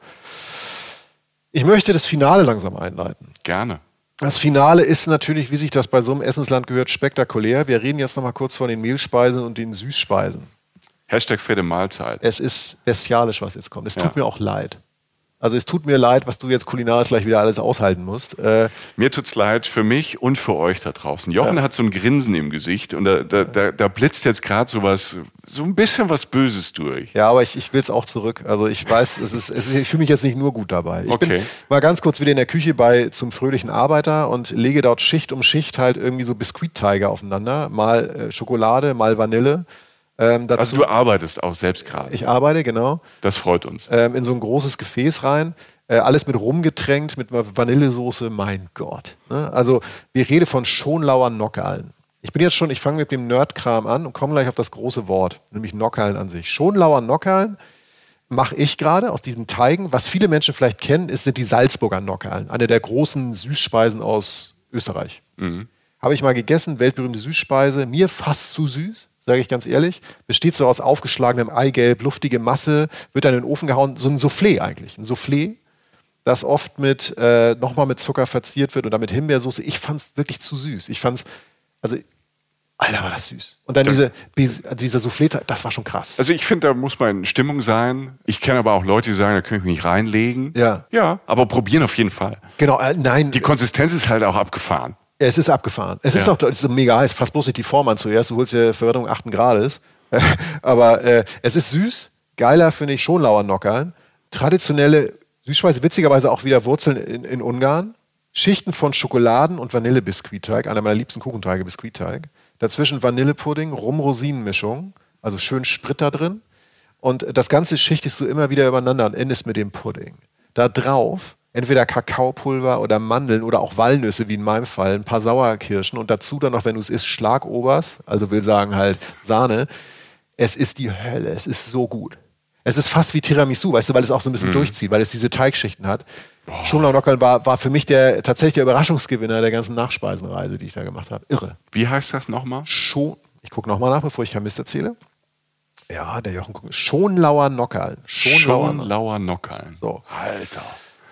Speaker 3: Ich möchte das Finale langsam einleiten.
Speaker 2: Gerne.
Speaker 3: Das Finale ist natürlich, wie sich das bei so einem Essensland gehört, spektakulär. Wir reden jetzt noch mal kurz von den Mehlspeisen und den Süßspeisen.
Speaker 2: #fette Mahlzeit.
Speaker 3: Es ist bestialisch, was jetzt kommt. Es tut mir auch leid. Also es tut mir leid, was du jetzt kulinarisch gleich wieder alles aushalten musst.
Speaker 2: Mir tut's leid für mich und für euch da draußen. Jochen hat so ein Grinsen im Gesicht und da blitzt jetzt gerade so ein bisschen was Böses durch.
Speaker 3: Ja, aber ich will es auch zurück. Also ich weiß, ich fühle mich jetzt nicht nur gut dabei. Ich bin mal ganz kurz wieder in der Küche zum fröhlichen Arbeiter und lege dort Schicht um Schicht halt irgendwie so Biskuitteige aufeinander. Mal Schokolade, mal Vanille. Dazu,
Speaker 2: also du arbeitest auch selbst gerade.
Speaker 3: Ich arbeite, genau.
Speaker 2: Das freut uns.
Speaker 3: In so ein großes Gefäß rein. Alles mit Rum getränkt, mit Vanillesoße. Mein Gott. Ne? Also wir reden von Schonlauer Nockerln. Ich fange mit dem Nerdkram an und komme gleich auf das große Wort, nämlich Nockerln an sich. Schonlauer Nockerln mache ich gerade aus diesen Teigen. Was viele Menschen vielleicht kennen, sind die Salzburger Nockerln. Eine der großen Süßspeisen aus Österreich. Habe ich mal gegessen, weltberühmte Süßspeise, mir fast zu süß, sage ich ganz ehrlich. Besteht so aus aufgeschlagenem Eigelb, luftige Masse, wird dann in den Ofen gehauen. So ein Soufflé eigentlich. Ein Soufflé, das oft nochmal mit Zucker verziert wird oder mit Himbeersoße. Ich fand es wirklich zu süß. Alter, war das süß. Und dann dieser Soufflé, das war schon krass.
Speaker 2: Also ich finde, da muss man in Stimmung sein. Ich kenne aber auch Leute, die sagen, da kann ich mich nicht reinlegen. Ja, aber probieren auf jeden Fall.
Speaker 3: Genau, nein.
Speaker 2: Die Konsistenz ist halt auch abgefahren.
Speaker 3: Es ist abgefahren. Es ist mega heiß. Fass bloß nicht die Form an zuerst. Du holst ja Verwirrung 8 Grades. Aber es ist süß. Geiler finde ich Schonlauer Nockerln. Traditionelle Süßspeise, witzigerweise auch wieder Wurzeln in Ungarn. Schichten von Schokoladen- und Vanillebiskuitteig. Einer meiner liebsten Kuchenteige, Biskuitteig. Dazwischen Vanillepudding, Rum-Rosinen-Mischung. Also schön Sprit da drin. Und das Ganze schichtest du immer wieder übereinander und endest mit dem Pudding. Da drauf entweder Kakaopulver oder Mandeln oder auch Walnüsse, wie in meinem Fall, ein paar Sauerkirschen und dazu dann noch, wenn du es isst, Schlagobers, also will sagen halt Sahne. Es ist die Hölle, es ist so gut. Es ist fast wie Tiramisu, weißt du, weil es auch so ein bisschen durchzieht, weil es diese Teigschichten hat. Schonlauer Nockerln war für mich tatsächlich der Überraschungsgewinner der ganzen Nachspeisenreise, die ich da gemacht habe. Irre.
Speaker 2: Wie heißt das nochmal?
Speaker 3: Ich gucke nochmal nach, bevor ich keinen Mist erzähle. Ja, der Jochen guckt. Schonlauer Nockerln.
Speaker 2: Schonlauer Nockerln.
Speaker 3: So.
Speaker 2: Alter.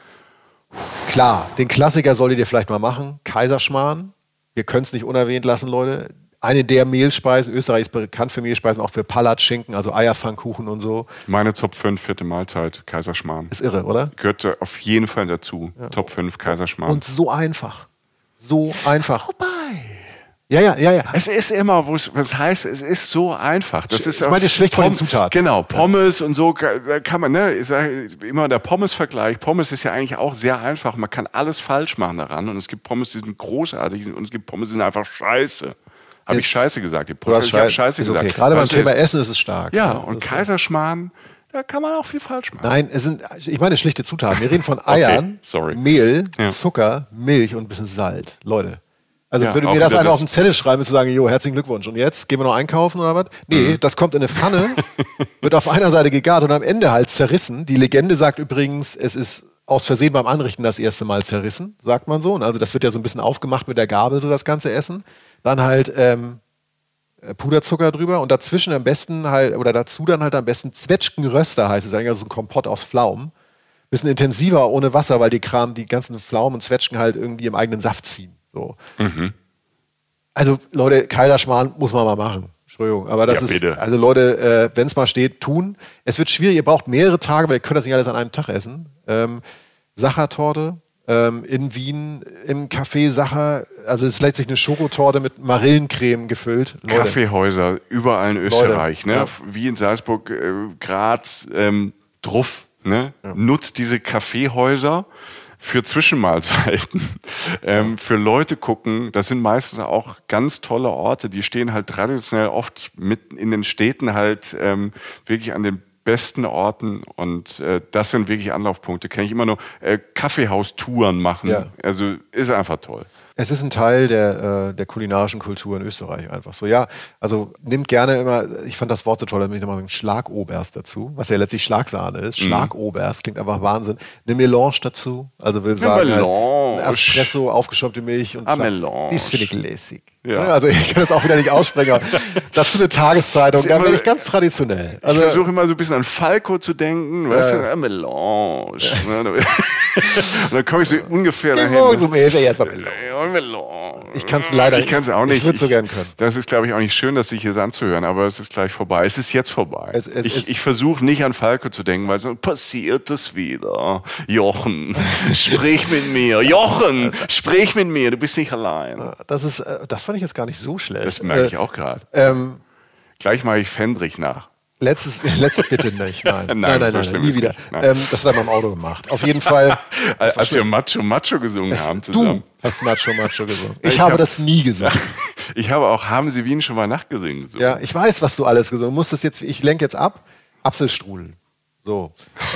Speaker 3: Klar, den Klassiker solltet ihr vielleicht mal machen. Kaiserschmarrn. Wir können es nicht unerwähnt lassen, Leute. Eine der Mehlspeisen. Österreich ist bekannt für Mehlspeisen, auch für Palatschinken, also Eierpfannkuchen und so.
Speaker 2: Meine Top 5, 4. Mahlzeit, Kaiserschmarrn.
Speaker 3: Ist irre, oder?
Speaker 2: Gehört auf jeden Fall dazu. Ja. Top 5, Kaiserschmarrn.
Speaker 3: Und so einfach. So einfach.
Speaker 2: Vorbei.
Speaker 3: Ja.
Speaker 2: Es ist immer, was heißt, es ist so einfach. Das ist
Speaker 3: ich meine, schlecht von den Zutaten.
Speaker 2: Genau, Pommes und so, da kann man, ich sage immer der Pommes-Vergleich. Pommes ist ja eigentlich auch sehr einfach. Man kann alles falsch machen daran. Und es gibt Pommes, die sind großartig und es gibt Pommes, die sind einfach scheiße. Habe ich Scheiße gesagt? Ich habe Scheiße gesagt.
Speaker 3: Okay. Gerade beim Thema Essen ist es stark.
Speaker 2: Ja, und Kaiserschmarrn, da kann man auch viel falsch machen.
Speaker 3: Nein, ich meine schlichte Zutaten. Wir reden von Eiern, Mehl, Zucker, Milch und ein bisschen Salz. Leute. Also würde mir das einer auf den Zettel schreiben und zu sagen, jo, herzlichen Glückwunsch. Und jetzt gehen wir noch einkaufen oder was? Nee, das kommt in eine Pfanne, wird auf einer Seite gegart und am Ende halt zerrissen. Die Legende sagt übrigens, es ist aus Versehen beim Anrichten das erste Mal zerrissen, sagt man so. Also das wird ja so ein bisschen aufgemacht mit der Gabel, so das ganze Essen. Dann halt Puderzucker drüber und dazwischen am besten halt, oder dazu dann halt am besten Zwetschgenröster heißt es eigentlich, also so ein Kompott aus Pflaumen. Bisschen intensiver ohne Wasser, weil die ganzen Pflaumen und Zwetschgen halt irgendwie im eigenen Saft ziehen. So. Also Leute, Kaiserschmarrn muss man mal machen. Entschuldigung, aber das ist, also Leute, wenn es mal steht, tun. Es wird schwierig, ihr braucht mehrere Tage, weil ihr könnt das nicht alles an einem Tag essen. Sachertorte in Wien im Café Sacher, also es ist letztlich eine Schokotorte mit Marillencreme gefüllt. Leute.
Speaker 2: Kaffeehäuser, überall in Österreich,
Speaker 3: Leute,
Speaker 2: ne? Wie in Salzburg, Graz, Druff, ne? Nutzt diese Kaffeehäuser für Zwischenmahlzeiten, für Leute gucken. Das sind meistens auch ganz tolle Orte. Die stehen halt traditionell oft mitten in den Städten halt wirklich an den besten Orten und das sind wirklich Anlaufpunkte. Kann ich immer nur Kaffeehaustouren machen. Ja. Also ist einfach toll.
Speaker 3: Es ist ein Teil der kulinarischen Kultur in Österreich einfach so. Ja, also nimmt gerne immer, ich fand das Wort so toll, da will ich nochmal sagen, Schlagoberst dazu, was ja letztlich Schlagsahne ist. Schlagoberst klingt einfach Wahnsinn. Eine Melange dazu, also will sagen, halt, Espresso, aufgeschäumte Milch und
Speaker 2: Melange.
Speaker 3: Dies finde ich lässig. Ja. Also ich kann das auch wieder nicht aussprechen. Dazu eine Tageszeitung, da werde ich ganz traditionell. Also,
Speaker 2: ich versuche immer so ein bisschen an Falco zu denken, weißt du, Melange. Und dann komme ich so ungefähr dahin.
Speaker 3: Morgens um 11 erstmal Melange. Ich kann es leider nicht.
Speaker 2: Ich kann es auch nicht.
Speaker 3: Ich würde es so gern können.
Speaker 2: Das ist, glaube ich, auch nicht schön, das sich hier anzuhören, aber es ist gleich vorbei. Es ist jetzt vorbei. Ich versuche nicht an Falco zu denken, weil sonst passiert das wieder. Jochen, sprich mit mir. Jochen, sprich mit mir. Du bist nicht allein.
Speaker 3: Das fand ich jetzt gar nicht so schlecht.
Speaker 2: Das merke ich auch gerade. Gleich mache ich Fendrich nach.
Speaker 3: Letztes bitte nicht, nein. Nein, nie wieder.
Speaker 2: Nein.
Speaker 3: Das hat er mal im Auto gemacht. Auf jeden Fall.
Speaker 2: Als wir Macho gesungen haben zusammen.
Speaker 3: Du hast Macho gesungen. Ich habe das nie gesungen.
Speaker 2: Ich habe auch Haben Sie Wien schon mal Nacht gesungen.
Speaker 3: Ja, ich weiß, was du alles gesungen hast. Ich lenke jetzt ab. Apfelstrudel. So.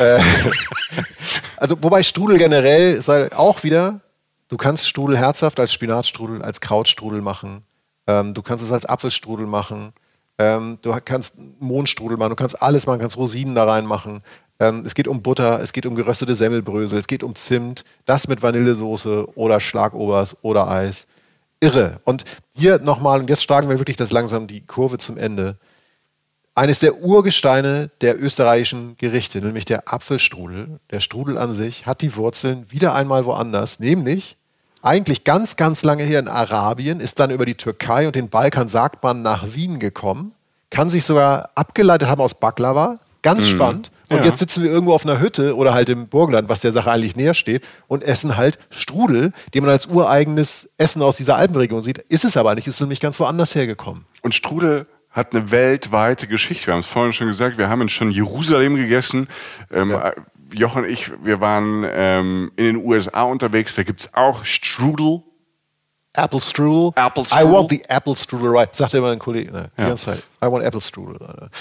Speaker 3: Also, wobei Strudel generell ist halt auch wieder, du kannst Strudel herzhaft als Spinatstrudel, als Krautstrudel machen. Du kannst es als Apfelstrudel machen. Du kannst Mohnstrudel machen, du kannst alles machen, kannst Rosinen da reinmachen. Es geht um Butter, es geht um geröstete Semmelbrösel, es geht um Zimt, das mit Vanillesoße oder Schlagobers oder Eis. irre. Und hier nochmal, und jetzt schlagen wir wirklich das langsam die Kurve zum Ende. Eines der Urgesteine der österreichischen Gerichte, nämlich der Apfelstrudel. Der Strudel an sich hat die Wurzeln wieder einmal woanders, nämlich eigentlich ganz, ganz lange her in Arabien, ist dann über die Türkei und den Balkan, sagt man, nach Wien gekommen, kann sich sogar abgeleitet haben aus Baklava. Ganz spannend. Und jetzt sitzen wir irgendwo auf einer Hütte oder halt im Burgenland, was der Sache eigentlich näher steht, und essen halt Strudel, den man als ureigenes Essen aus dieser Alpenregion sieht. Ist es aber nicht, ist nämlich ganz woanders hergekommen. Und
Speaker 2: Strudel hat eine weltweite Geschichte. Wir haben es vorhin schon gesagt, wir haben ihn schon in Jerusalem gegessen. Jochen und ich, wir waren in den USA unterwegs, da gibt es auch Strudel.
Speaker 3: Apple Strudel.
Speaker 2: Apple Strudel.
Speaker 3: I want the Apple Strudel, right? Sagt immer ein Kollege, die ganze Zeit. I want Apple Strudel.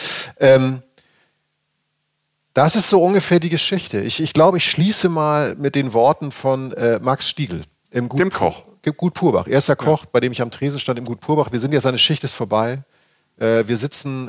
Speaker 3: Das ist so ungefähr die Geschichte. Ich glaube, ich schließe mal mit den Worten von Max Stiegl. Dem Koch. Gut Purbach. Erster Koch, bei dem ich am Tresen stand im Gut Purbach. Wir sind jetzt, seine Schicht ist vorbei. Wir sitzen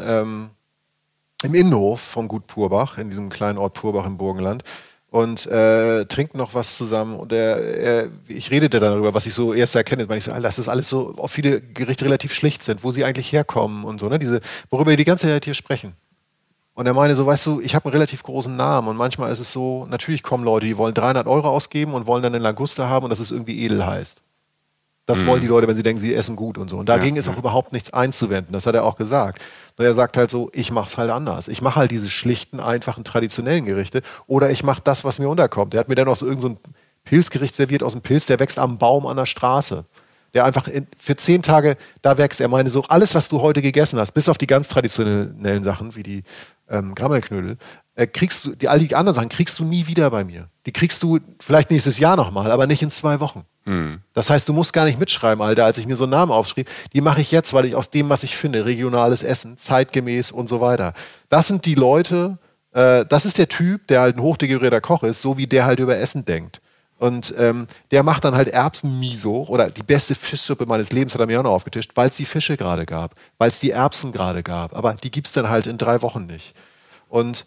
Speaker 3: im Innenhof von Gut Purbach, in diesem kleinen Ort Purbach im Burgenland, und trinken noch was zusammen. Und ich redete dann darüber, was ich so erst erkenne, weil ich so, dass das alles so, auch viele Gerichte relativ schlicht sind, wo sie eigentlich herkommen und so, ne? Worüber wir die ganze Zeit hier sprechen. Und er meine so, weißt du, ich habe einen relativ großen Namen und manchmal ist es so, natürlich kommen Leute, die wollen 300 € ausgeben und wollen dann eine Languste haben und dass es irgendwie edel heißt. Das wollen die Leute, wenn sie denken, sie essen gut und so. Und dagegen ist auch überhaupt nichts einzuwenden. Das hat er auch gesagt. Nur er sagt halt so, ich mach's halt anders. Ich mache halt diese schlichten, einfachen, traditionellen Gerichte. Oder ich mache das, was mir unterkommt. Er hat mir dann noch so irgend so ein Pilzgericht serviert aus dem Pilz, der wächst am Baum an der Straße. Der einfach für 10 Tage da wächst. Er meine so, alles, was du heute gegessen hast, bis auf die ganz traditionellen Sachen, wie die Grammelknödel, kriegst du, all die anderen Sachen kriegst du nie wieder bei mir. Die kriegst du vielleicht nächstes Jahr nochmal, aber nicht in 2 Wochen. Das heißt, du musst gar nicht mitschreiben, Alter, als ich mir so einen Namen aufschrieb. Die mache ich jetzt, weil ich aus dem, was ich finde, regionales Essen, zeitgemäß und so weiter. Das sind die Leute, das ist der Typ, der halt ein hochdekorierter Koch ist, so wie der halt über Essen denkt. Und der macht dann halt Erbsen-Miso oder die beste Fischsuppe meines Lebens, hat er mir auch noch aufgetischt, weil es die Fische gerade gab, weil es die Erbsen gerade gab. Aber die gibt es dann halt in 3 Wochen nicht. Und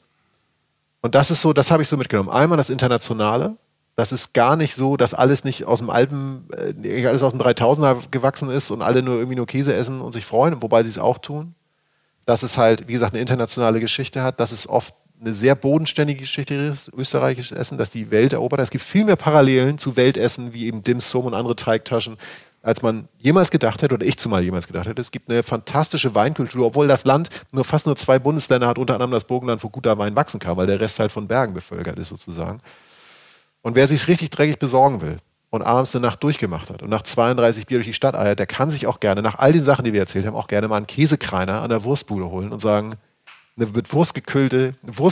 Speaker 3: das ist so, das habe ich so mitgenommen. Einmal das Internationale. Das ist gar nicht so, dass alles nicht aus dem alles aus dem 3000er gewachsen ist und alle irgendwie nur Käse essen und sich freuen, wobei sie es auch tun. Dass es halt, wie gesagt, eine internationale Geschichte hat, dass es oft eine sehr bodenständige Geschichte ist, österreichisches Essen, dass die Welt erobert hat. Es gibt viel mehr Parallelen zu Weltessen, wie eben Dim Sum und andere Teigtaschen, als man jemals gedacht hätte, oder ich zumal jemals gedacht hätte. Es gibt eine fantastische Weinkultur, obwohl das Land fast nur 2 Bundesländer hat, unter anderem das Burgenland, wo guter Wein wachsen kann, weil der Rest halt von Bergen bevölkert ist sozusagen. Und wer sich richtig dreckig besorgen will und abends eine Nacht durchgemacht hat und nach 32 Bier durch die Stadt eiert, der kann sich auch gerne, nach all den Sachen, die wir erzählt haben, auch gerne mal einen Käsekreiner an der Wurstbude holen und sagen, eine mit Wurst gefüllte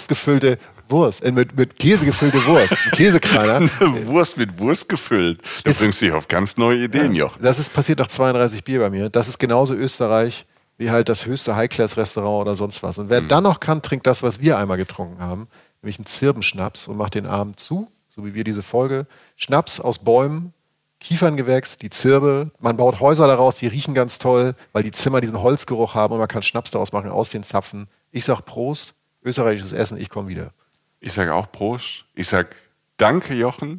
Speaker 3: Wurst, mit Käse gefüllte Wurst, ein Käsekreiner.
Speaker 2: Eine Wurst mit Wurst gefüllt. Du bringst dich auf ganz neue Ideen, Jochen.
Speaker 3: Das ist passiert nach 32 Bier bei mir. Das ist genauso Österreich wie halt das höchste High-Class-Restaurant oder sonst was. Und wer dann noch kann, trinkt das, was wir einmal getrunken haben, nämlich einen Zirbenschnaps und macht den Abend zu, so wie wir diese Folge. Schnaps aus Bäumen, Kieferngewächs, die Zirbe. Man baut Häuser daraus, die riechen ganz toll, weil die Zimmer diesen Holzgeruch haben und man kann Schnaps daraus machen aus den Zapfen. Ich sag Prost, österreichisches Essen, ich komme wieder.
Speaker 2: Ich sage auch Prost. Ich sage danke, Jochen.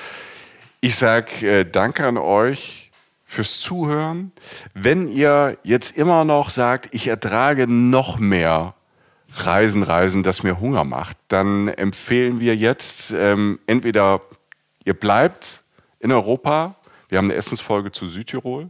Speaker 2: Ich sage danke an euch fürs Zuhören. Wenn ihr jetzt immer noch sagt, ich ertrage noch mehr Reisen, das mir Hunger macht, dann empfehlen wir jetzt entweder ihr bleibt in Europa, wir haben eine Essensfolge zu Südtirol,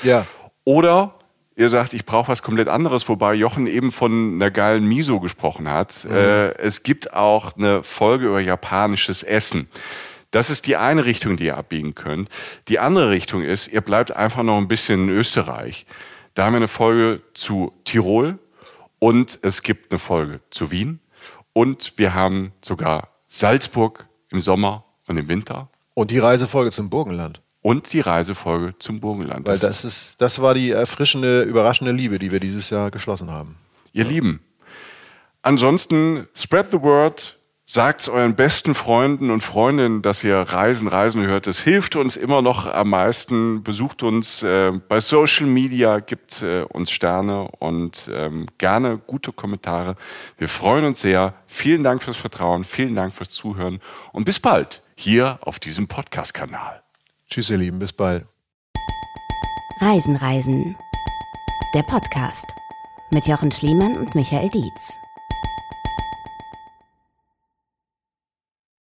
Speaker 2: oder ihr sagt, ich brauche was komplett anderes, wobei Jochen eben von einer geilen Miso gesprochen hat. Es gibt auch eine Folge über japanisches Essen. Das ist die eine Richtung, die ihr abbiegen könnt. Die andere Richtung ist, ihr bleibt einfach noch ein bisschen in Österreich. Da haben wir eine Folge zu Tirol und es gibt eine Folge zu Wien. Und wir haben sogar Salzburg im Sommer und im Winter.
Speaker 3: Und die Reisefolge zum Burgenland.
Speaker 2: Und die Reisefolge zum Burgenland.
Speaker 3: Weil das war die erfrischende, überraschende Liebe, die wir dieses Jahr geschlossen haben.
Speaker 2: Ihr Lieben, ansonsten spread the word, sagt's euren besten Freunden und Freundinnen, dass ihr Reisen hört. Das hilft uns immer noch am meisten. Besucht uns bei Social Media, gibt uns Sterne und gerne gute Kommentare. Wir freuen uns sehr. Vielen Dank fürs Vertrauen, vielen Dank fürs Zuhören und bis bald hier auf diesem Podcast-Kanal.
Speaker 3: Tschüss, ihr Lieben, bis bald.
Speaker 1: Reisen. Der Podcast mit Jochen Schliemann und Michael Dietz.